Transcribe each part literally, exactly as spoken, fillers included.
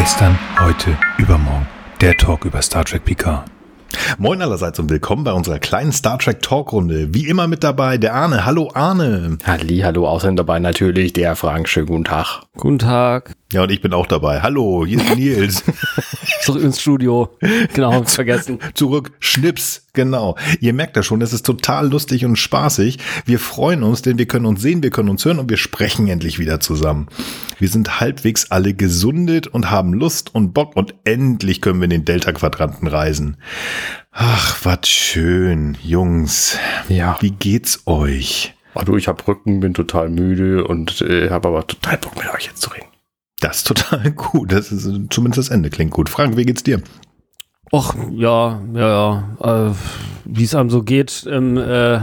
Gestern, heute, übermorgen. Der Talk über Star Trek Picard. Moin allerseits und willkommen bei unserer kleinen Star Trek Talkrunde. Wie immer mit dabei der Arne. Hallo Arne. Halli, hallo, außerdem dabei natürlich der Frank. Schönen guten Tag. Guten Tag. Ja, und ich bin auch dabei. Hallo, hier ist Nils. Zurück ins Studio. Genau, hab's vergessen. Zurück, Schnips, genau. Ihr merkt ja schon, es ist total lustig und spaßig. Wir freuen uns, denn wir können uns sehen, wir können uns hören und wir sprechen endlich wieder zusammen. Wir sind halbwegs alle gesundet und haben Lust und Bock und endlich können wir in den Delta-Quadranten reisen. Ach, was schön, Jungs. Ja. Wie geht's euch? Ach du, ich hab Rücken, bin total müde und äh, habe aber total Bock mit euch jetzt zu reden. Das ist total gut. Das ist zumindest das Ende klingt gut. Frank, wie geht's dir? Och, ja, ja, ja. Äh, wie es einem so geht im, äh,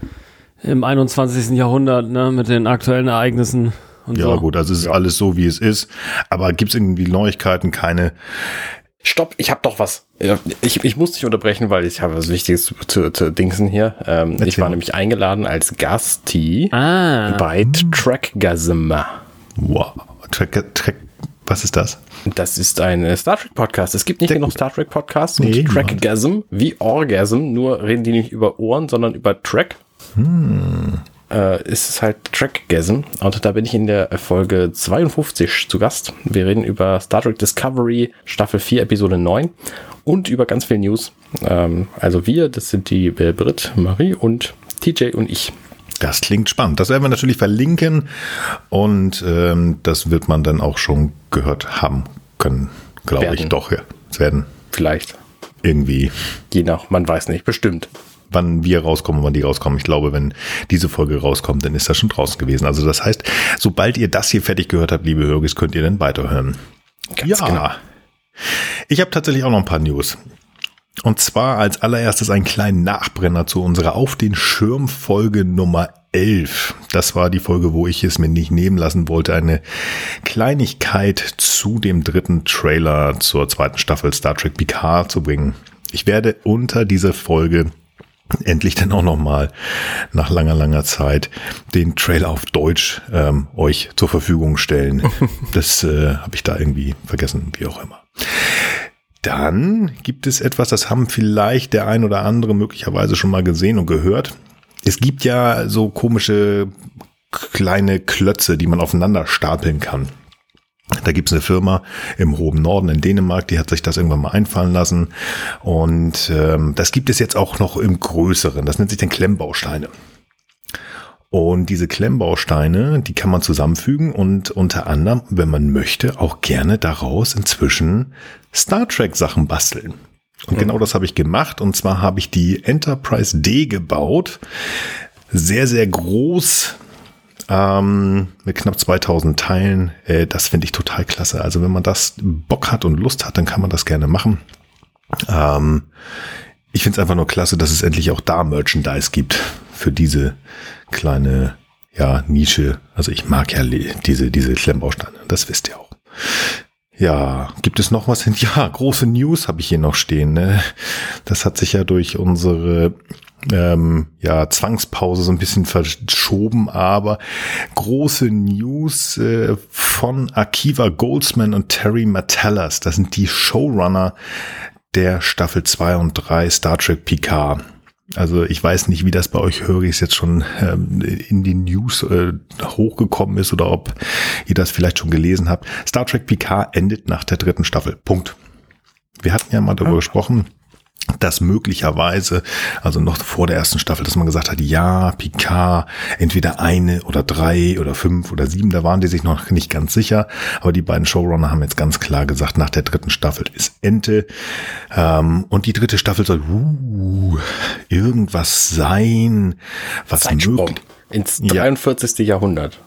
im einundzwanzigsten Jahrhundert, ne, mit den aktuellen Ereignissen und ja, so. Ja gut, also es ist alles so, wie es ist. Aber gibt's irgendwie Neuigkeiten? Keine? Stopp, ich hab doch was. Ich, ich muss dich unterbrechen, weil ich habe was Wichtiges zu, zu Dingsen hier. Ähm, ich war nämlich eingeladen als Gasti ah. bei Trackgasm. Wow. Track, Track, was ist das? Das ist ein Star Trek Podcast. Es gibt nicht Der, genug Star Trek Podcasts nee, und Trackgasm wie Orgasm, nur reden die nicht über Ohren, sondern über Track. Hm. Äh, ist es halt Trackgasm und da bin ich in der Folge zweiundfünfzig zu Gast. Wir reden über Star Trek Discovery Staffel vier Episode neun und über ganz viel News. Ähm, also wir, das sind die äh, Britt, Marie und T J und ich. Das klingt spannend. Das werden wir natürlich verlinken und ähm, das wird man dann auch schon gehört haben können, glaube ich. Doch, ja. Es werden vielleicht irgendwie. Je nach, man weiß nicht, bestimmt. Wann wir rauskommen, wann die rauskommen. Ich glaube, wenn diese Folge rauskommt, dann ist das schon draußen gewesen. Also das heißt, sobald ihr das hier fertig gehört habt, liebe Hörgis, könnt ihr dann weiterhören. Ganz ja. genau. Ich habe tatsächlich auch noch ein paar News. Und zwar als allererstes einen kleinen Nachbrenner zu unserer Auf den Schirm Folge Nummer elf. Das war die Folge, wo ich es mir nicht nehmen lassen wollte, eine Kleinigkeit zu dem dritten Trailer zur zweiten Staffel Star Trek Picard zu bringen. Ich werde unter dieser Folge endlich dann auch nochmal nach langer, langer Zeit den Trailer auf Deutsch ähm, euch zur Verfügung stellen. Das äh, habe ich da irgendwie vergessen, wie auch immer. Dann gibt es etwas, das haben vielleicht der ein oder andere möglicherweise schon mal gesehen und gehört. Es gibt ja so komische kleine Klötze, die man aufeinander stapeln kann. Da gibt es eine Firma im hohen Norden in Dänemark, die hat sich das irgendwann mal einfallen lassen. Und ähm, das gibt es jetzt auch noch im Größeren. Das nennt sich dann Klemmbausteine. Und diese Klemmbausteine, die kann man zusammenfügen und unter anderem, wenn man möchte, auch gerne daraus inzwischen Star Trek Sachen basteln. Und mhm. genau das habe ich gemacht. Und zwar habe ich die Enterprise D gebaut. Sehr, sehr groß. Ähm, mit knapp zweitausend Teilen. Äh, das finde ich total klasse. Also wenn man das Bock hat und Lust hat, dann kann man das gerne machen. Ähm, ich finde es einfach nur klasse, dass es endlich auch da Merchandise gibt für diese kleine ja, Nische. Also ich mag ja diese, diese Klemmbausteine. Das wisst ihr auch. Ja, gibt es noch was? Ja, große News habe ich hier noch stehen. Ne? Das hat sich ja durch unsere ähm, ja, Zwangspause so ein bisschen verschoben, aber große News äh, von Akiva Goldsman und Terry Matalas. Das sind die Showrunner der Staffel zwei und drei Star Trek Picard. Also ich weiß nicht, wie das bei euch Höris jetzt schon ähm, in die News äh, hochgekommen ist oder ob ihr das vielleicht schon gelesen habt. Star Trek Picard endet nach der dritten Staffel. Punkt. Wir hatten ja mal darüber ja. gesprochen, dass möglicherweise, also noch vor der ersten Staffel, dass man gesagt hat, ja, Picard, entweder eine oder drei oder fünf oder sieben, da waren die sich noch nicht ganz sicher, aber die beiden Showrunner haben jetzt ganz klar gesagt, nach der dritten Staffel ist Ende, ähm, und die dritte Staffel soll uh, irgendwas sein, was möglich ins dreiundvierzigste Ja. Jahrhundert.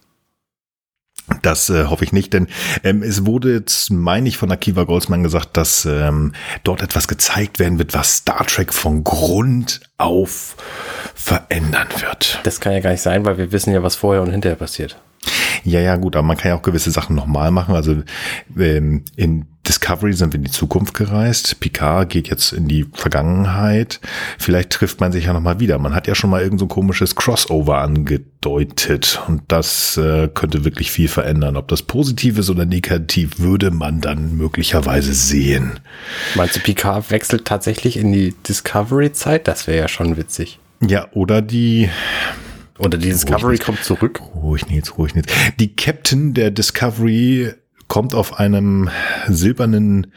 Das äh, hoffe ich nicht, denn ähm, es wurde jetzt, meine ich, von Akiva Goldsman gesagt, dass ähm, dort etwas gezeigt werden wird, was Star Trek von Grund auf verändern wird. Das kann ja gar nicht sein, weil wir wissen ja, was vorher und hinterher passiert. Ja, ja, gut, aber man kann ja auch gewisse Sachen nochmal machen. Also ähm, in Discovery sind wir in die Zukunft gereist. Picard geht jetzt in die Vergangenheit. Vielleicht trifft man sich ja nochmal wieder. Man hat ja schon mal irgend so ein komisches Crossover angedeutet. Und das äh, könnte wirklich viel verändern. Ob das positiv ist oder negativ, würde man dann möglicherweise sehen. Meinst du, Picard wechselt tatsächlich in die Discovery-Zeit? Das wäre ja schon witzig. Ja, oder die... Oder die Discovery kommt zurück. Ruhig nicht, ruhig nicht. Die Captain der Discovery kommt auf einem silbernen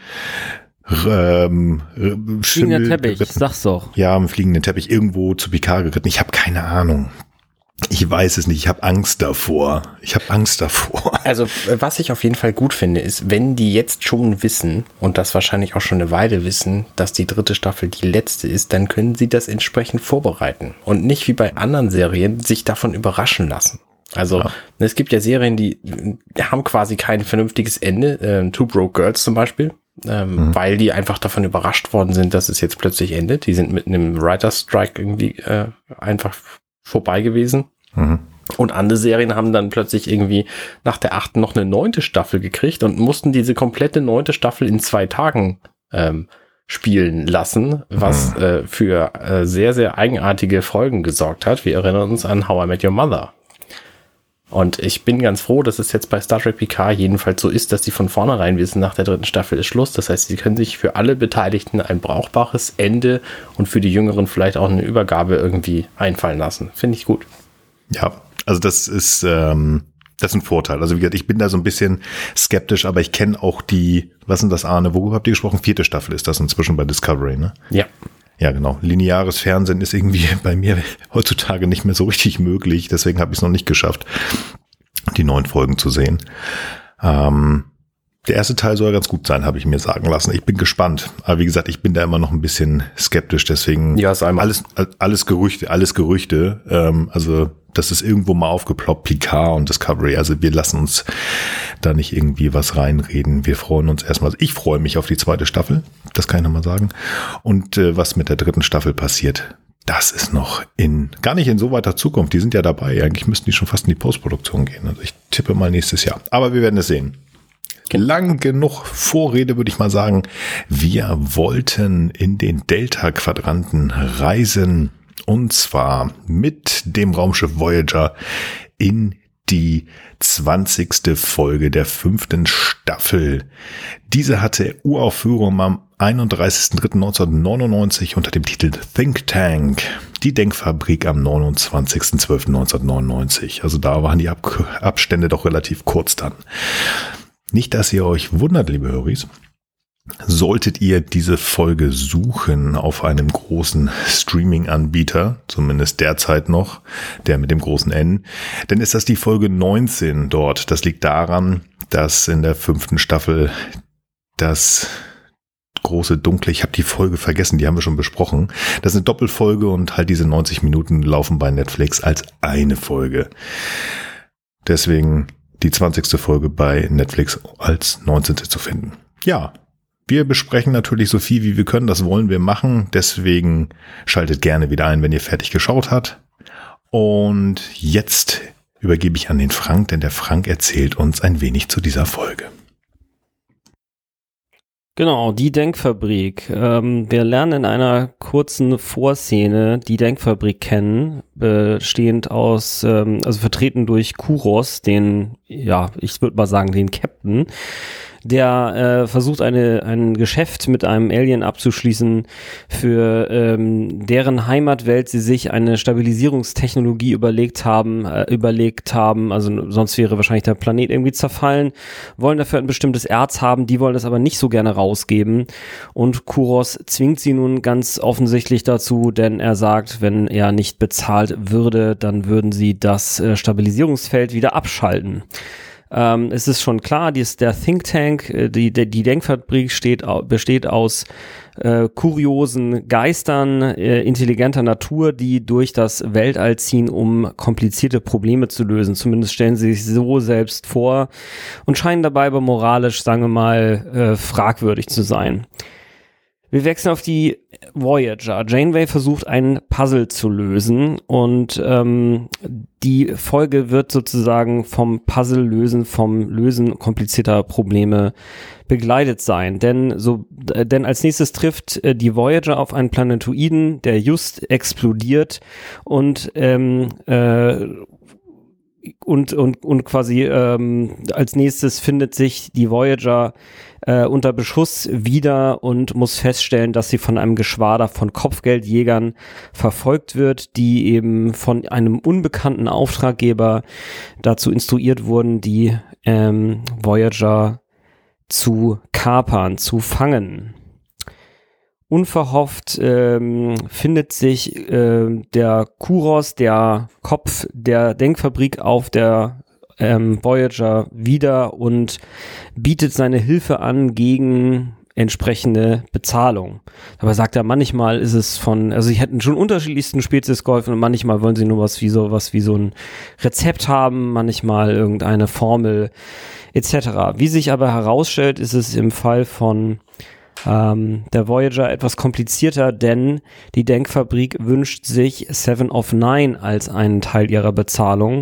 ähm, fliegender Teppich, geritten. Sag's doch. Ja, im fliegenden Teppich irgendwo zu Picard geritten. Ich habe keine Ahnung. Ich weiß es nicht. Ich habe Angst davor. Ich habe Angst davor. Also, was ich auf jeden Fall gut finde, ist, wenn die jetzt schon wissen und das wahrscheinlich auch schon eine Weile wissen, dass die dritte Staffel die letzte ist, dann können sie das entsprechend vorbereiten und nicht wie bei anderen Serien sich davon überraschen lassen. Also ja. Es gibt ja Serien, die haben quasi kein vernünftiges Ende, ähm, Two Broke Girls zum Beispiel, ähm, mhm. weil die einfach davon überrascht worden sind, dass es jetzt plötzlich endet. Die sind mit einem Writer's Strike irgendwie äh, einfach vorbei gewesen. Mhm. Und andere Serien haben dann plötzlich irgendwie nach der achten noch eine neunte Staffel gekriegt und mussten diese komplette neunte Staffel in zwei Tagen ähm, spielen lassen, was mhm. äh, für äh, sehr, sehr eigenartige Folgen gesorgt hat. Wir erinnern uns an How I Met Your Mother. Und ich bin ganz froh, dass es jetzt bei Star Trek Picard jedenfalls so ist, dass sie von vornherein wissen, nach der dritten Staffel ist Schluss. Das heißt, sie können sich für alle Beteiligten ein brauchbares Ende und für die Jüngeren vielleicht auch eine Übergabe irgendwie einfallen lassen. Finde ich gut. Ja, also das ist, ähm, das ist ein Vorteil. Also wie gesagt, ich bin da so ein bisschen skeptisch, aber ich kenne auch die, was sind das, Arne? Worüber habt ihr gesprochen? Vierte Staffel ist das inzwischen bei Discovery, ne? Ja. Ja, genau. Lineares Fernsehen ist irgendwie bei mir heutzutage nicht mehr so richtig möglich. Deswegen habe ich es noch nicht geschafft, die neuen Folgen zu sehen. Ähm, der erste Teil soll ganz gut sein, habe ich mir sagen lassen. Ich bin gespannt. Aber wie gesagt, ich bin da immer noch ein bisschen skeptisch. Deswegen ja, ist einmal. alles, alles Gerüchte, alles Gerüchte. Ähm, also das ist irgendwo mal aufgeploppt, Picard und Discovery. Also wir lassen uns da nicht irgendwie was reinreden. Wir freuen uns erstmal. Ich freue mich auf die zweite Staffel. Das kann ich nochmal sagen. Und äh, was mit der dritten Staffel passiert, das ist noch in, gar nicht in so weiter Zukunft. Die sind ja dabei. Eigentlich müssten die schon fast in die Postproduktion gehen. Also ich tippe mal nächstes Jahr. Aber wir werden es sehen. Lang genug Vorrede, würde ich mal sagen. Wir wollten in den Delta-Quadranten reisen. Und zwar mit dem Raumschiff Voyager in die zwanzigste Folge der fünften Staffel. Diese hatte Uraufführung am einunddreißigsten dritten neunzehnhundertneunundneunzig unter dem Titel Think Tank. Die Denkfabrik am neunundzwanzigsten zwölften neunzehnhundertneunundneunzig. Also da waren die Ab- Abstände doch relativ kurz dann. Nicht, dass ihr euch wundert, liebe Höris. Solltet ihr diese Folge suchen auf einem großen Streaming-Anbieter, zumindest derzeit noch, der mit dem großen N, dann ist das die Folge neunzehn dort. Das liegt daran, dass in der fünften Staffel das große Dunkle, ich habe die Folge vergessen, die haben wir schon besprochen. Das ist eine Doppelfolge und halt diese neunzig Minuten laufen bei Netflix als eine Folge. Deswegen die zwanzigste Folge bei Netflix als neunzehnte zu finden. Ja. Wir besprechen natürlich so viel, wie wir können. Das wollen wir machen. Deswegen schaltet gerne wieder ein, wenn ihr fertig geschaut habt. Und jetzt übergebe ich an den Frank, denn der Frank erzählt uns ein wenig zu dieser Folge. Genau, die Denkfabrik. Ähm, wir lernen in einer kurzen Vorszene die Denkfabrik kennen, bestehend aus, ähm, also vertreten durch Kuros, den, ja, ich würde mal sagen, den Captain, der äh, versucht, eine ein Geschäft mit einem Alien abzuschließen, für ähm, deren Heimatwelt sie sich eine Stabilisierungstechnologie überlegt haben, äh, überlegt haben, also sonst wäre wahrscheinlich der Planet irgendwie zerfallen, wollen dafür ein bestimmtes Erz haben, die wollen das aber nicht so gerne rausgeben und Kuros zwingt sie nun ganz offensichtlich dazu, denn er sagt, wenn er nicht bezahlt würde, dann würden sie das äh, Stabilisierungsfeld wieder abschalten. Ähm, es ist schon klar, die ist der Think Tank, die, die, die Denkfabrik steht, besteht aus äh, kuriosen Geistern äh, intelligenter Natur, die durch das Weltall ziehen, um komplizierte Probleme zu lösen. Zumindest stellen sie sich so selbst vor und scheinen dabei aber moralisch, sagen wir mal, äh, fragwürdig zu sein. Wir wechseln auf die Voyager. Janeway versucht, ein Puzzle zu lösen und ähm, die Folge wird sozusagen vom Puzzle-Lösen, vom Lösen komplizierter Probleme begleitet sein. Denn so, äh, denn als nächstes trifft äh, die Voyager auf einen Planetoiden, der just explodiert und ähm, äh, Und, und, und quasi ähm, als nächstes findet sich die Voyager äh, unter Beschuss wieder und muss feststellen, dass sie von einem Geschwader von Kopfgeldjägern verfolgt wird, die eben von einem unbekannten Auftraggeber dazu instruiert wurden, die ähm, Voyager zu kapern, zu fangen. Unverhofft ähm, findet sich äh, der Kuros, der Kopf der Denkfabrik, auf der ähm, Voyager wieder und bietet seine Hilfe an gegen entsprechende Bezahlung. Dabei sagt er, manchmal ist es von, also sie hätten schon unterschiedlichsten Spezies geholfen und manchmal wollen sie nur was wie so was wie so ein Rezept haben, manchmal irgendeine Formel et cetera. Wie sich aber herausstellt, ist es im Fall von Ähm, der Voyager etwas komplizierter, denn die Denkfabrik wünscht sich Seven of Nine als einen Teil ihrer Bezahlung.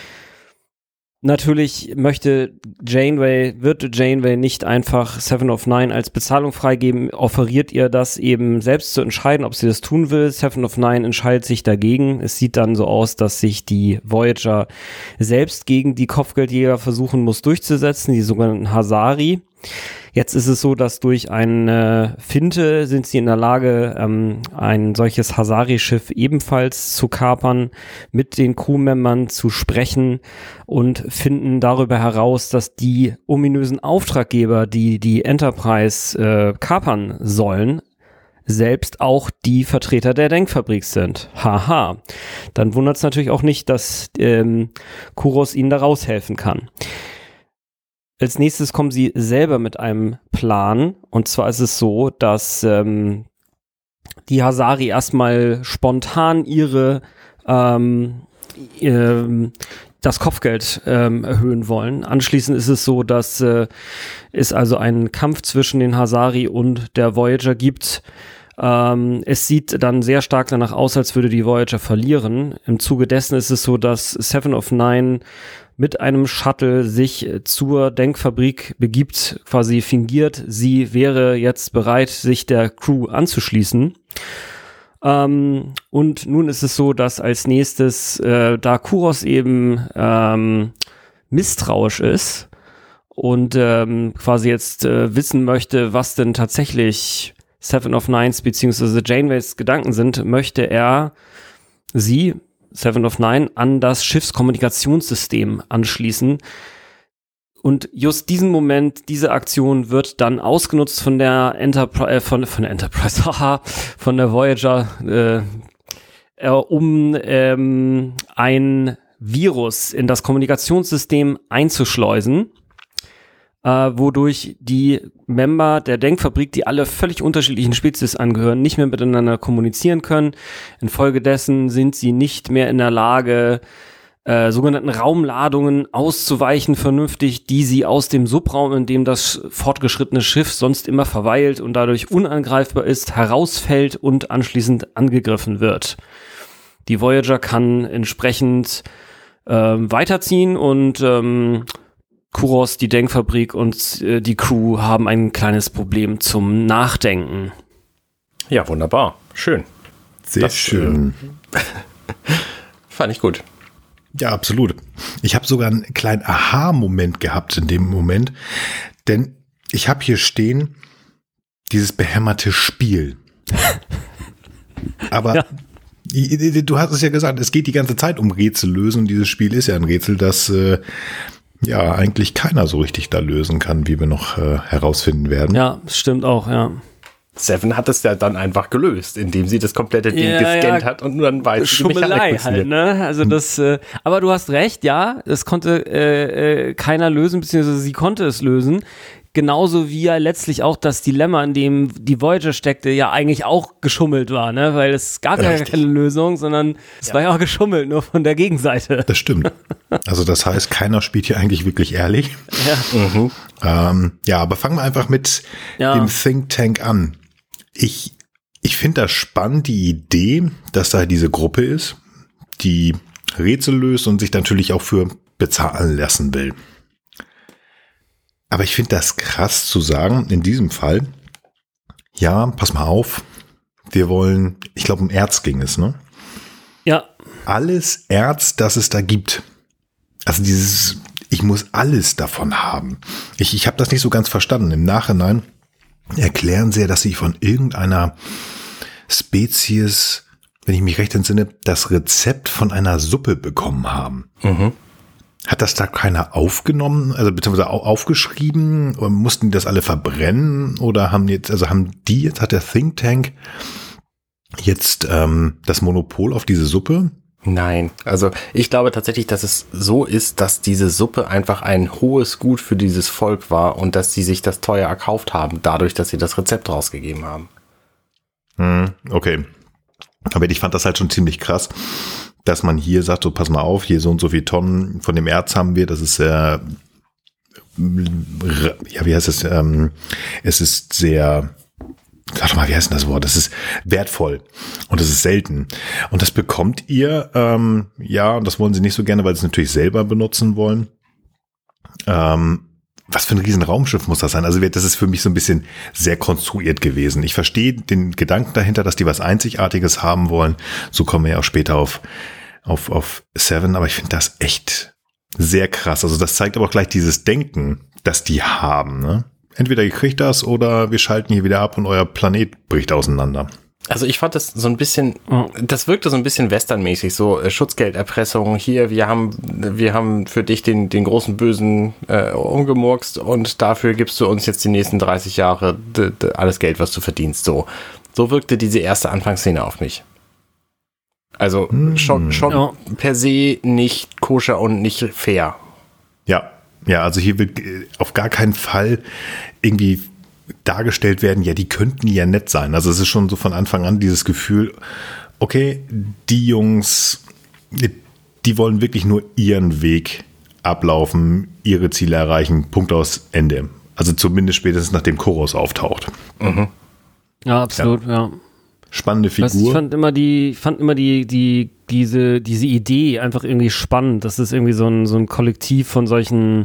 Natürlich möchte Janeway, wird Janeway nicht einfach Seven of Nine als Bezahlung freigeben, offeriert ihr das eben selbst zu entscheiden, ob sie das tun will. Seven of Nine entscheidet sich dagegen. Es sieht dann so aus, dass sich die Voyager selbst gegen die Kopfgeldjäger versuchen muss durchzusetzen, die sogenannten Hasari. Jetzt ist es so, dass durch eine Finte sind sie in der Lage, ähm, ein solches Hasari-Schiff ebenfalls zu kapern, mit den Crewmembern zu sprechen und finden darüber heraus, dass die ominösen Auftraggeber, die die Enterprise äh, kapern sollen, selbst auch die Vertreter der Denkfabrik sind. Haha. Dann wundert es natürlich auch nicht, dass ähm, Kuros ihnen da raushelfen kann. Als nächstes kommen sie selber mit einem Plan. Und zwar ist es so, dass ähm, die Hasari erstmal spontan ihre ähm, ähm, das Kopfgeld ähm, erhöhen wollen. Anschließend ist es so, dass äh, es also einen Kampf zwischen den Hasari und der Voyager gibt. Ähm, es sieht dann sehr stark danach aus, als würde die Voyager verlieren. Im Zuge dessen ist es so, dass Seven of Nine mit einem Shuttle sich zur Denkfabrik begibt, quasi fingiert, sie wäre jetzt bereit, sich der Crew anzuschließen. Ähm, und nun ist es so, dass als nächstes, äh, da Kuros eben ähm, misstrauisch ist und ähm, quasi jetzt äh, wissen möchte, was denn tatsächlich Seven of Nines beziehungsweise Janeways Gedanken sind, möchte er sie, Seven of Nine, an das Schiffskommunikationssystem anschließen. Und just diesen Moment, diese Aktion wird dann ausgenutzt von der Enterprise, äh, von, von der Enterprise, haha, von der Voyager, äh, äh, um ähm, ein Virus in das Kommunikationssystem einzuschleusen, äh, wodurch die Member der Denkfabrik, die alle völlig unterschiedlichen Spezies angehören, nicht mehr miteinander kommunizieren können. Infolgedessen sind sie nicht mehr in der Lage, äh, sogenannten Raumladungen auszuweichen vernünftig, die sie aus dem Subraum, in dem das fortgeschrittene Schiff sonst immer verweilt und dadurch unangreifbar ist, herausfällt und anschließend angegriffen wird. Die Voyager kann entsprechend äh, weiterziehen und ähm, Kuros, die Denkfabrik und äh, die Crew haben ein kleines Problem zum Nachdenken. Ja, wunderbar. Schön. Sehr das, schön. Äh, fand ich gut. Ja, absolut. Ich habe sogar einen kleinen Aha-Moment gehabt in dem Moment, denn ich habe hier stehen, dieses behämmerte Spiel. Aber ja. Du hast es ja gesagt, es geht die ganze Zeit um Rätsel lösen und dieses Spiel ist ja ein Rätsel, das äh, ja eigentlich keiner so richtig da lösen kann, wie wir noch äh, herausfinden werden. Ja, stimmt auch, ja. Seven hat es ja dann einfach gelöst, indem sie das komplette Ding ja, gescannt ja. hat und nur dann weiß, wie die Mechanik halt, ne? Also das, äh, aber du hast recht, ja, es konnte äh, äh, keiner lösen, beziehungsweise sie konnte es lösen. Genauso wie ja letztlich auch das Dilemma, in dem die Voyager steckte, ja eigentlich auch geschummelt war, ne? Weil es gab ja keine Lösung, sondern es ja. war ja auch geschummelt, nur von der Gegenseite. Das stimmt. Also das heißt, keiner spielt hier eigentlich wirklich ehrlich. Ja, mhm. ähm, ja aber fangen wir einfach mit ja. dem Think Tank an. Ich, ich ich finde das spannend, die Idee, dass da diese Gruppe ist, die Rätsel löst und sich natürlich auch für bezahlen lassen will. Aber ich finde das krass zu sagen, in diesem Fall, ja, pass mal auf, wir wollen, ich glaube, um Erz ging es, ne? Ja. Alles Erz, das es da gibt. Also dieses, ich muss alles davon haben. Ich, ich habe das nicht so ganz verstanden. Im Nachhinein erklären sie ja, dass sie von irgendeiner Spezies, wenn ich mich recht entsinne, das Rezept von einer Suppe bekommen haben. Mhm. Hat das da keiner aufgenommen, also beziehungsweise aufgeschrieben? Oder mussten die das alle verbrennen? Oder haben jetzt, also haben die jetzt, hat der Think Tank jetzt ähm, das Monopol auf diese Suppe? Nein, also ich glaube tatsächlich, dass es so ist, dass diese Suppe einfach ein hohes Gut für dieses Volk war und dass sie sich das teuer erkauft haben, dadurch, dass sie das Rezept rausgegeben haben. Hm, okay. Aber ich fand das halt schon ziemlich krass, dass man hier sagt, so pass mal auf, hier so und so viel Tonnen von dem Erz haben wir, das ist sehr, ja, wie heißt es, ähm, es ist sehr, sag doch mal, wie heißt denn das Wort? Das ist wertvoll und das ist selten. Und das bekommt ihr, ähm, ja, und das wollen sie nicht so gerne, weil sie es natürlich selber benutzen wollen. Ähm, was für ein riesen Raumschiff muss das sein? Also das ist für mich so ein bisschen sehr konstruiert gewesen. Ich verstehe den Gedanken dahinter, dass die was Einzigartiges haben wollen. So kommen wir ja auch später auf, auf, auf Seven, aber ich finde das echt sehr krass. Also das zeigt aber auch gleich dieses Denken, das die haben, ne? Entweder ihr kriegt das oder wir schalten hier wieder ab und euer Planet bricht auseinander. Also ich fand das so ein bisschen, das wirkte so ein bisschen westernmäßig, so äh, Schutzgelderpressung. Hier, wir haben, wir haben für dich den, den großen Bösen äh, umgemurkst und dafür gibst du uns jetzt die nächsten dreißig Jahre d- d- alles Geld, was du verdienst. So, so wirkte diese erste Anfangsszene auf mich. Also hm. schon, schon ja. per se nicht koscher und nicht fair. Ja. Ja, also hier wird auf gar keinen Fall irgendwie dargestellt werden, ja, die könnten ja nett sein. Also es ist schon so von Anfang an dieses Gefühl, okay, die Jungs, die wollen wirklich nur ihren Weg ablaufen, ihre Ziele erreichen, Punkt aus Ende. Also zumindest spätestens nachdem Koros auftaucht. Mhm. Ja, absolut, ja. ja. Spannende Figur. Ich fand immer die, fand immer die, die, diese, diese Idee einfach irgendwie spannend. Das ist irgendwie so ein, so ein Kollektiv von solchen,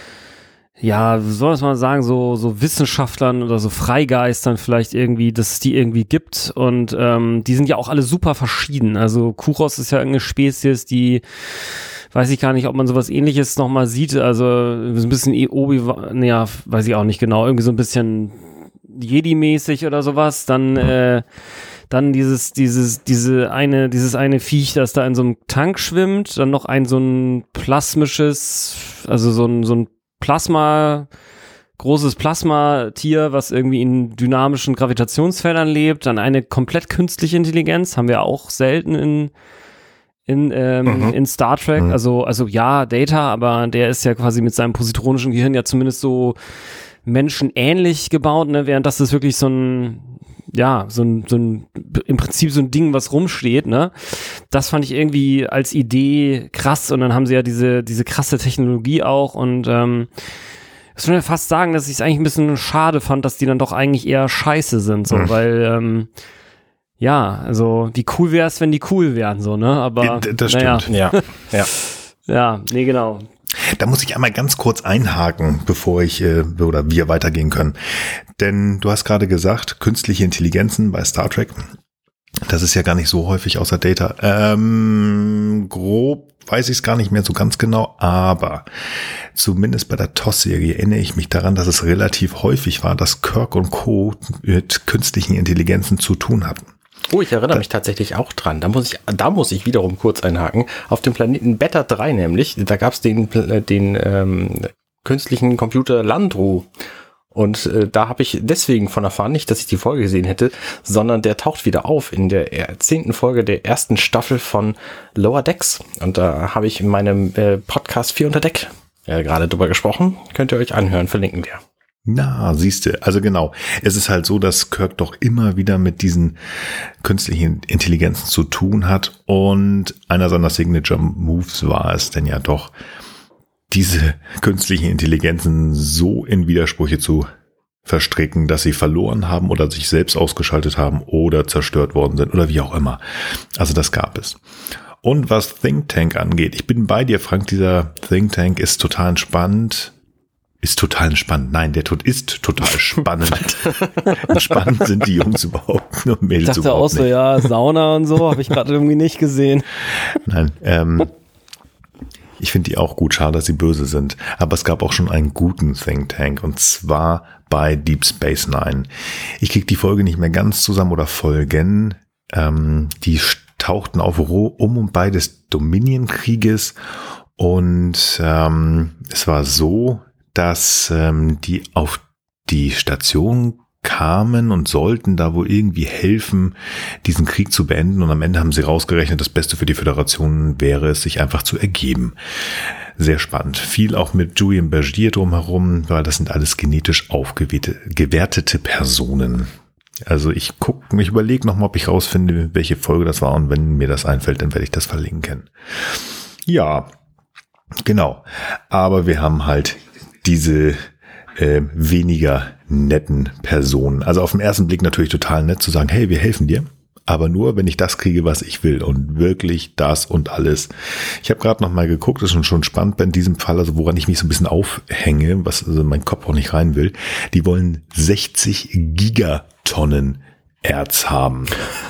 ja, wie soll man mal sagen, so, so Wissenschaftlern oder so Freigeistern vielleicht irgendwie, dass es die irgendwie gibt. Und ähm, die sind ja auch alle super verschieden. Also Kuros ist ja irgendeine Spezies, die, weiß ich gar nicht, ob man sowas Ähnliches nochmal sieht. Also ein bisschen Obi-Wan, naja, weiß ich auch nicht genau. Irgendwie so ein bisschen Jedi-mäßig oder sowas. Dann, äh, Dann dieses, dieses, diese eine, dieses eine Viech, das da in so einem Tank schwimmt, dann noch ein so ein plasmisches, also so ein, so ein Plasma, großes Plasmatier, was irgendwie in dynamischen Gravitationsfeldern lebt, dann eine komplett künstliche Intelligenz, haben wir auch selten in, in, ähm, mhm. in Star Trek, mhm. also, also ja, Data, aber der ist ja quasi mit seinem positronischen Gehirn ja zumindest so menschenähnlich gebaut, ne, während das ist wirklich so ein, ja, so ein, so ein, im Prinzip so ein Ding, was rumsteht, ne? Das fand ich irgendwie als Idee krass und dann haben sie ja diese, diese krasse Technologie auch und, ähm, ich würde fast sagen, dass ich es eigentlich ein bisschen schade fand, dass die dann doch eigentlich eher scheiße sind, so, mhm. weil, ähm, ja, also, wie cool wäre es, wenn die cool wären, so, ne? Aber, das naja. stimmt. Ja, ja. Ja, nee, genau. Da muss ich einmal ganz kurz einhaken, bevor ich äh, oder wir weitergehen können. Denn du hast gerade gesagt, künstliche Intelligenzen bei Star Trek, das ist ja gar nicht so häufig außer Data. Ähm, grob weiß ich es gar nicht mehr so ganz genau, aber zumindest bei der T O S-Serie erinnere ich mich daran, dass es relativ häufig war, dass Kirk und Co. mit künstlichen Intelligenzen zu tun hatten. Oh, ich erinnere mich tatsächlich auch dran. Da muss ich, da muss ich wiederum kurz einhaken. Auf dem Planeten Beta drei nämlich, da gab es den, den ähm, künstlichen Computer Landru. Und äh, da habe ich deswegen von erfahren, nicht, dass ich die Folge gesehen hätte, sondern der taucht wieder auf in der zehnten Folge der ersten Staffel von Lower Decks. Und da habe ich in meinem äh, Podcast vier unter Deck äh, gerade drüber gesprochen. Könnt ihr euch anhören, verlinken wir. Na, siehste, also genau. Es ist halt so, dass Kirk doch immer wieder mit diesen künstlichen Intelligenzen zu tun hat und einer seiner Signature Moves war es denn ja doch, diese künstlichen Intelligenzen so in Widersprüche zu verstricken, dass sie verloren haben oder sich selbst ausgeschaltet haben oder zerstört worden sind oder wie auch immer. Also das gab es. Und was Think Tank angeht, ich bin bei dir, Frank, dieser Think Tank ist total entspannt. Ist total entspannt. Nein, der Tod ist total spannend. Spannend sind die Jungs überhaupt nur Mädels. Ich dachte auch so, nicht. ja, Sauna und so, habe ich gerade irgendwie nicht gesehen. Nein, ähm, ich finde die auch gut. Schade, dass sie böse sind. Aber es gab auch schon einen guten Think Tank und zwar bei Deep Space Nine. Ich kriege die Folge nicht mehr ganz zusammen oder Folgen. Ähm, die tauchten auf um und bei des Dominion-Krieges und ähm, es war so, dass ähm, die auf die Station kamen und sollten da wohl irgendwie helfen, diesen Krieg zu beenden. Und am Ende haben sie rausgerechnet, das Beste für die Föderation wäre es, sich einfach zu ergeben. Sehr spannend. Viel auch mit Julian Bergier drumherum, weil das sind alles genetisch aufgewertete Personen. Also ich gucke, ich überlege nochmal, ob ich rausfinde, welche Folge das war. Und wenn mir das einfällt, dann werde ich das verlinken. Ja, genau. Aber wir haben halt diese äh, weniger netten Personen. Also auf den ersten Blick natürlich total nett zu sagen, hey, wir helfen dir, aber nur, wenn ich das kriege, was ich will und wirklich das und alles. Ich habe gerade noch mal geguckt, das ist schon, schon spannend in diesem Fall, also woran ich mich so ein bisschen aufhänge, was also mein Kopf auch nicht rein will, die wollen sechzig Gigatonnen Erz haben.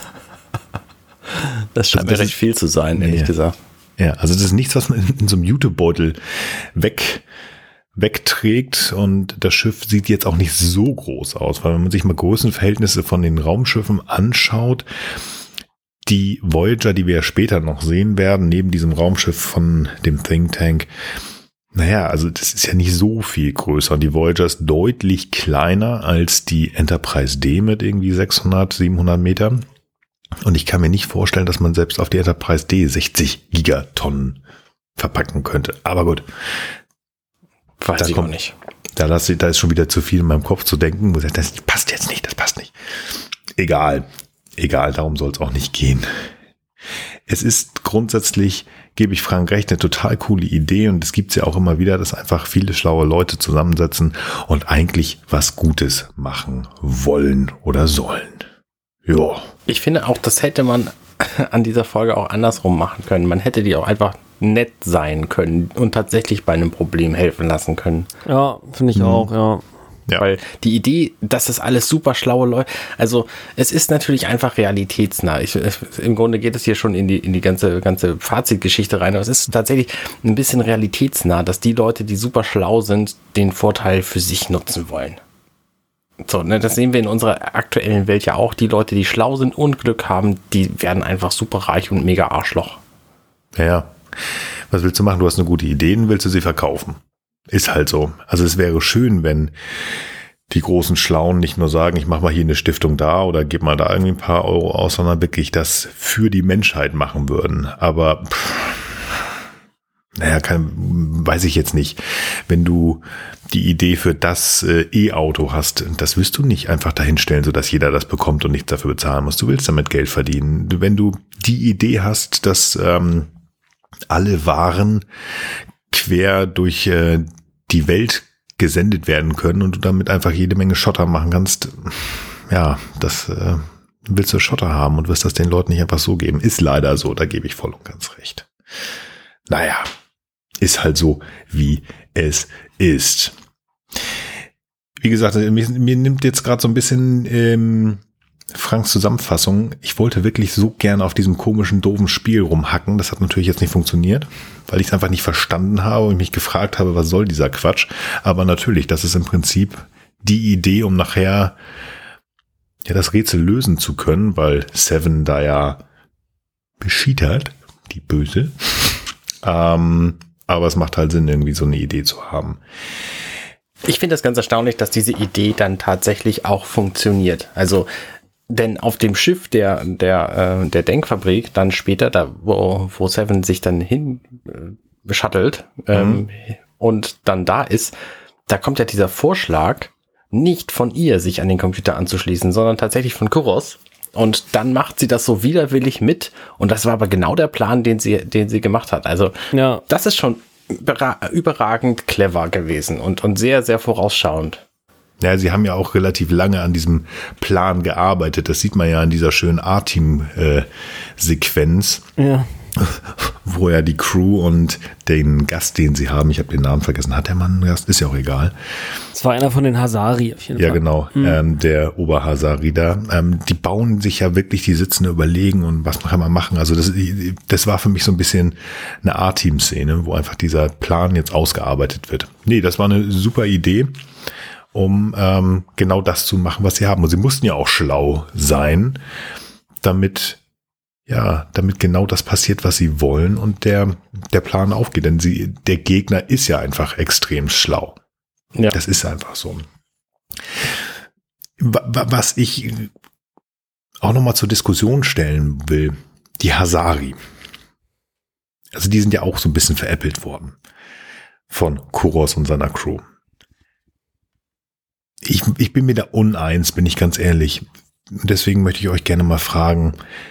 Das scheint mir recht viel zu sein, ehrlich ja. gesagt. Ja, also das ist nichts, was man in, in so einem Jutebeutel weg wegträgt und das Schiff sieht jetzt auch nicht so groß aus, weil wenn man sich mal Größenverhältnisse von den Raumschiffen anschaut, die Voyager, die wir ja später noch sehen werden, neben diesem Raumschiff von dem Think Tank, naja, also das ist ja nicht so viel größer. Die Voyager ist deutlich kleiner als die Enterprise D mit irgendwie sechshundert, siebenhundert Metern. Und ich kann mir nicht vorstellen, dass man selbst auf die Enterprise D sechzig Gigatonnen verpacken könnte. Aber gut. Weiß da ich kommt, auch nicht. Da, lass ich, da ist schon wieder zu viel in meinem Kopf zu denken. Wo ich, das passt jetzt nicht, das passt nicht. Egal. Egal, darum soll es auch nicht gehen. Es ist grundsätzlich, gebe ich Frank recht, eine total coole Idee. Und es gibt es ja auch immer wieder, dass einfach viele schlaue Leute zusammensetzen und eigentlich was Gutes machen wollen oder sollen. Ja. Ich finde auch, das hätte man an dieser Folge auch andersrum machen können. Man hätte die auch einfach nett sein können und tatsächlich bei einem Problem helfen lassen können. Ja, finde ich mhm. auch, ja. Ja. Weil die Idee, dass das alles super schlaue Leute, also es ist natürlich einfach realitätsnah. Ich, im Grunde geht es hier schon in die, in die ganze, ganze Fazitgeschichte rein, aber es ist tatsächlich ein bisschen realitätsnah, dass die Leute, die super schlau sind, den Vorteil für sich nutzen wollen. So, ne, das sehen wir in unserer aktuellen Welt ja auch. Die Leute, die schlau sind und Glück haben, die werden einfach super reich und mega Arschloch. Ja, ja. Was willst du machen? Du hast eine gute Idee, willst du sie verkaufen? Ist halt so. Also es wäre schön, wenn die großen Schlauen nicht nur sagen, ich mache mal hier eine Stiftung da oder gebe mal da irgendwie ein paar Euro aus, sondern wirklich das für die Menschheit machen würden. Aber pff, naja, kann, weiß ich jetzt nicht. Wenn du die Idee für das äh, E-Auto hast, das wirst du nicht einfach dahinstellen, sodass jeder das bekommt und nichts dafür bezahlen muss. Du willst damit Geld verdienen. Wenn du die Idee hast, dass ähm, alle Waren quer durch äh, die Welt gesendet werden können und du damit einfach jede Menge Schotter machen kannst, ja, das äh, willst du Schotter haben und wirst das den Leuten nicht einfach so geben. Ist leider so, da gebe ich voll und ganz recht. Naja, ist halt so, wie es ist. Wie gesagt, mir, mir nimmt jetzt gerade so ein bisschen ähm, Franks Zusammenfassung. Ich wollte wirklich so gerne auf diesem komischen, doofen Spiel rumhacken. Das hat natürlich jetzt nicht funktioniert, weil ich es einfach nicht verstanden habe und mich gefragt habe, was soll dieser Quatsch. Aber natürlich, das ist im Prinzip die Idee, um nachher ja das Rätsel lösen zu können, weil Seven da ja beschietert, die Böse. ähm, aber es macht halt Sinn, irgendwie so eine Idee zu haben. Ich finde das ganz erstaunlich, dass diese Idee dann tatsächlich auch funktioniert. Also, denn auf dem Schiff der der äh, der Denkfabrik dann später, da wo, wo Seven sich dann hin äh, shuttelt ähm, mhm. und dann da ist, da kommt ja dieser Vorschlag nicht von ihr, sich an den Computer anzuschließen, sondern tatsächlich von Kuros. Und dann macht sie das so widerwillig mit. Und das war aber genau der Plan, den sie den sie gemacht hat. Also ja. Das ist schon überragend clever gewesen und und sehr sehr vorausschauend. Ja, sie haben ja auch relativ lange an diesem Plan gearbeitet. Das sieht man ja in dieser schönen A-Team-Sequenz. Ja. Wo ja die Crew und den Gast, den sie haben, ich habe den Namen vergessen, hat der Mann einen Gast? Ist ja auch egal. Das war einer von den Hazari auf jeden ja, Fall. Ja, genau, mhm. ähm, der Oberhazari da. Ähm, die bauen sich ja wirklich, die sitzen überlegen und was kann man machen. Also das, das war für mich so ein bisschen eine A-Team-Szene, wo einfach dieser Plan jetzt ausgearbeitet wird. Nee, das war eine super Idee, um ähm, genau das zu machen, was sie haben. Und sie mussten ja auch schlau sein, damit Ja, damit genau das passiert, was sie wollen und der, der Plan aufgeht. Denn sie, der Gegner ist ja einfach extrem schlau. Ja. Das ist einfach so. Was ich auch nochmal zur Diskussion stellen will, die Hazari. Also die sind ja auch so ein bisschen veräppelt worden von Kuros und seiner Crew. Ich, ich bin mir da uneins, bin ich ganz ehrlich. Deswegen möchte ich euch gerne mal fragen,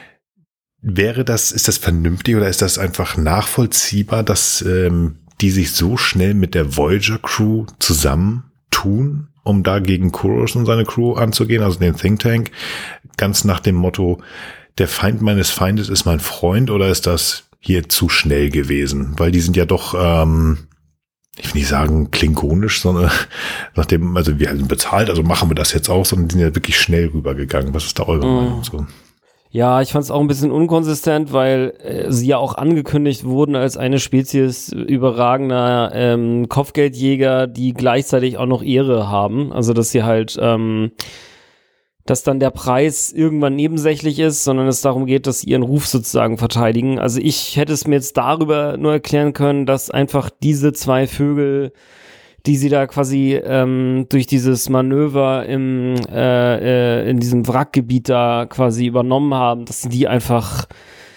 wäre das, ist das vernünftig oder ist das einfach nachvollziehbar, dass ähm, die sich so schnell mit der Voyager-Crew zusammentun, um da gegen Kuros und seine Crew anzugehen, also den Think Tank, ganz nach dem Motto, der Feind meines Feindes ist mein Freund, oder ist das hier zu schnell gewesen? Weil die sind ja doch, ähm, ich will nicht sagen klingonisch, sondern nach dem, also wir sind bezahlt, also machen wir das jetzt auch, sondern die sind ja wirklich schnell rübergegangen. Was ist da eure mm. Meinung so? Ja, ich fand es auch ein bisschen unkonsistent, weil äh, sie ja auch angekündigt wurden als eine Spezies überragender ähm, Kopfgeldjäger, die gleichzeitig auch noch Ehre haben. Also dass sie halt, ähm, dass dann der Preis irgendwann nebensächlich ist, sondern es darum geht, dass sie ihren Ruf sozusagen verteidigen. Also ich hätte es mir jetzt darüber nur erklären können, dass einfach diese zwei Vögel, die sie da quasi ähm, durch dieses Manöver im äh, äh, in diesem Wrackgebiet da quasi übernommen haben, dass sie die einfach,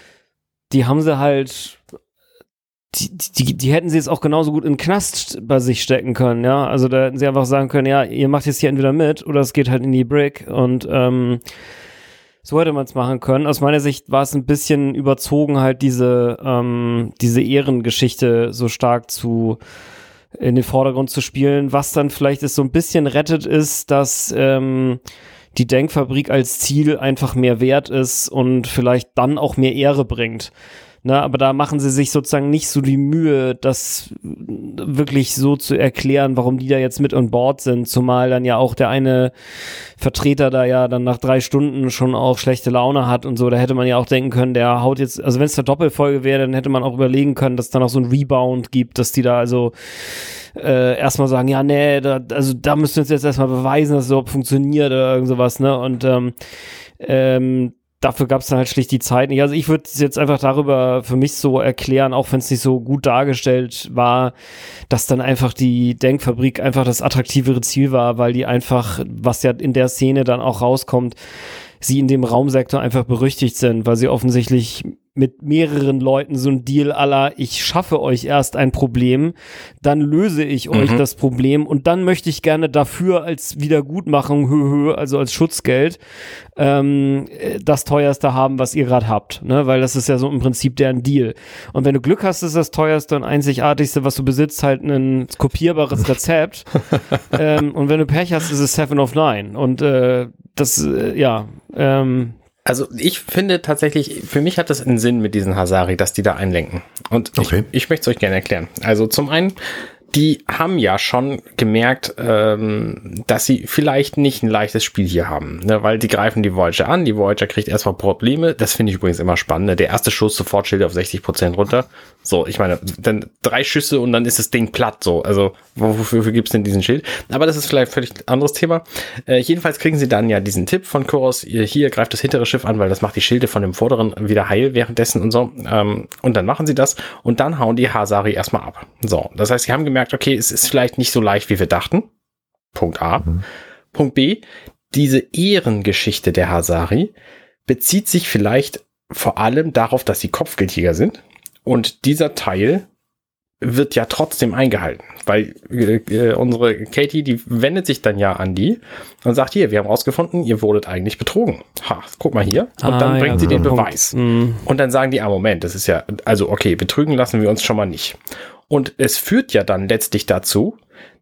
die haben sie halt, die, die, die hätten sie jetzt auch genauso gut in den Knast bei sich stecken können, ja, also da hätten sie einfach sagen können, ja, ihr macht jetzt hier entweder mit oder es geht halt in die Brick und ähm, so hätte man es machen können. Aus meiner Sicht war es ein bisschen überzogen, halt diese ähm, diese Ehrengeschichte so stark zu in den Vordergrund zu spielen. Was dann vielleicht ist so ein bisschen rettet ist, dass ähm, die Denkfabrik als Ziel einfach mehr wert ist und vielleicht dann auch mehr Ehre bringt. Na, aber da machen sie sich sozusagen nicht so die Mühe, das wirklich so zu erklären, warum die da jetzt mit an Bord sind, zumal dann ja auch der eine Vertreter da ja dann nach drei Stunden schon auch schlechte Laune hat und so. Da hätte man ja auch denken können, der haut jetzt, also wenn es eine Doppelfolge wäre, dann hätte man auch überlegen können, dass es dann auch so ein Rebound gibt, dass die da also äh, erstmal sagen, ja, nee, da, also da müssen wir uns jetzt erstmal beweisen, dass es überhaupt funktioniert oder irgend sowas, ne? Und ähm, ähm, dafür gab es dann halt schlicht die Zeit nicht. Also ich würde es jetzt einfach darüber für mich so erklären, auch wenn es nicht so gut dargestellt war, dass dann einfach die Denkfabrik einfach das attraktivere Ziel war, weil die einfach, was ja in der Szene dann auch rauskommt, sie in dem Raumsektor einfach berüchtigt sind, weil sie offensichtlich mit mehreren Leuten so ein Deal à la, ich schaffe euch erst ein Problem, dann löse ich euch mhm. das Problem und dann möchte ich gerne dafür als Wiedergutmachung, hö, hö, also als Schutzgeld, ähm, das teuerste haben, was ihr gerade habt, ne? Weil das ist ja so im Prinzip deren Deal. Und wenn du Glück hast, ist das teuerste und einzigartigste, was du besitzt, halt ein kopierbares Rezept. ähm, und wenn du Pech hast, ist es Seven of Nine. Und äh, das, äh, ja, ähm, Also ich finde tatsächlich, für mich hat das einen Sinn mit diesen Hazari, dass die da einlenken. Und okay. ich, ich möchte es euch gerne erklären. Also zum einen, die haben ja schon gemerkt, ähm, dass sie vielleicht nicht ein leichtes Spiel hier haben, ne? Weil die greifen die Voyager an, die Voyager kriegt erstmal Probleme, das finde ich übrigens immer spannend, ne? Der erste Schuss sofort Schilde auf sechzig Prozent runter, so, ich meine, dann drei Schüsse und dann ist das Ding platt, so, also wofür, wofür gibt's denn diesen Schild? Aber das ist vielleicht völlig anderes Thema. Äh, jedenfalls kriegen sie dann ja diesen Tipp von Kuros, hier greift das hintere Schiff an, weil das macht die Schilde von dem vorderen wieder heil währenddessen und so, ähm, und dann machen sie das und dann hauen die Hazari erstmal ab. So, das heißt, sie haben gemerkt, okay, es ist vielleicht nicht so leicht, wie wir dachten. Punkt A. Mhm. Punkt B, diese Ehrengeschichte der Hazari bezieht sich vielleicht vor allem darauf, dass sie Kopfgeldjäger sind. Und dieser Teil wird ja trotzdem eingehalten, weil äh, unsere Katie, die wendet sich dann ja an die und sagt, hier, wir haben rausgefunden, ihr wurdet eigentlich betrogen. Ha, guck mal hier. Und ah, dann bringt ja, sie den Beweis. Mhm. Und dann sagen die, ah, Moment, das ist ja, also okay, betrügen lassen wir uns schon mal nicht. Und es führt ja dann letztlich dazu,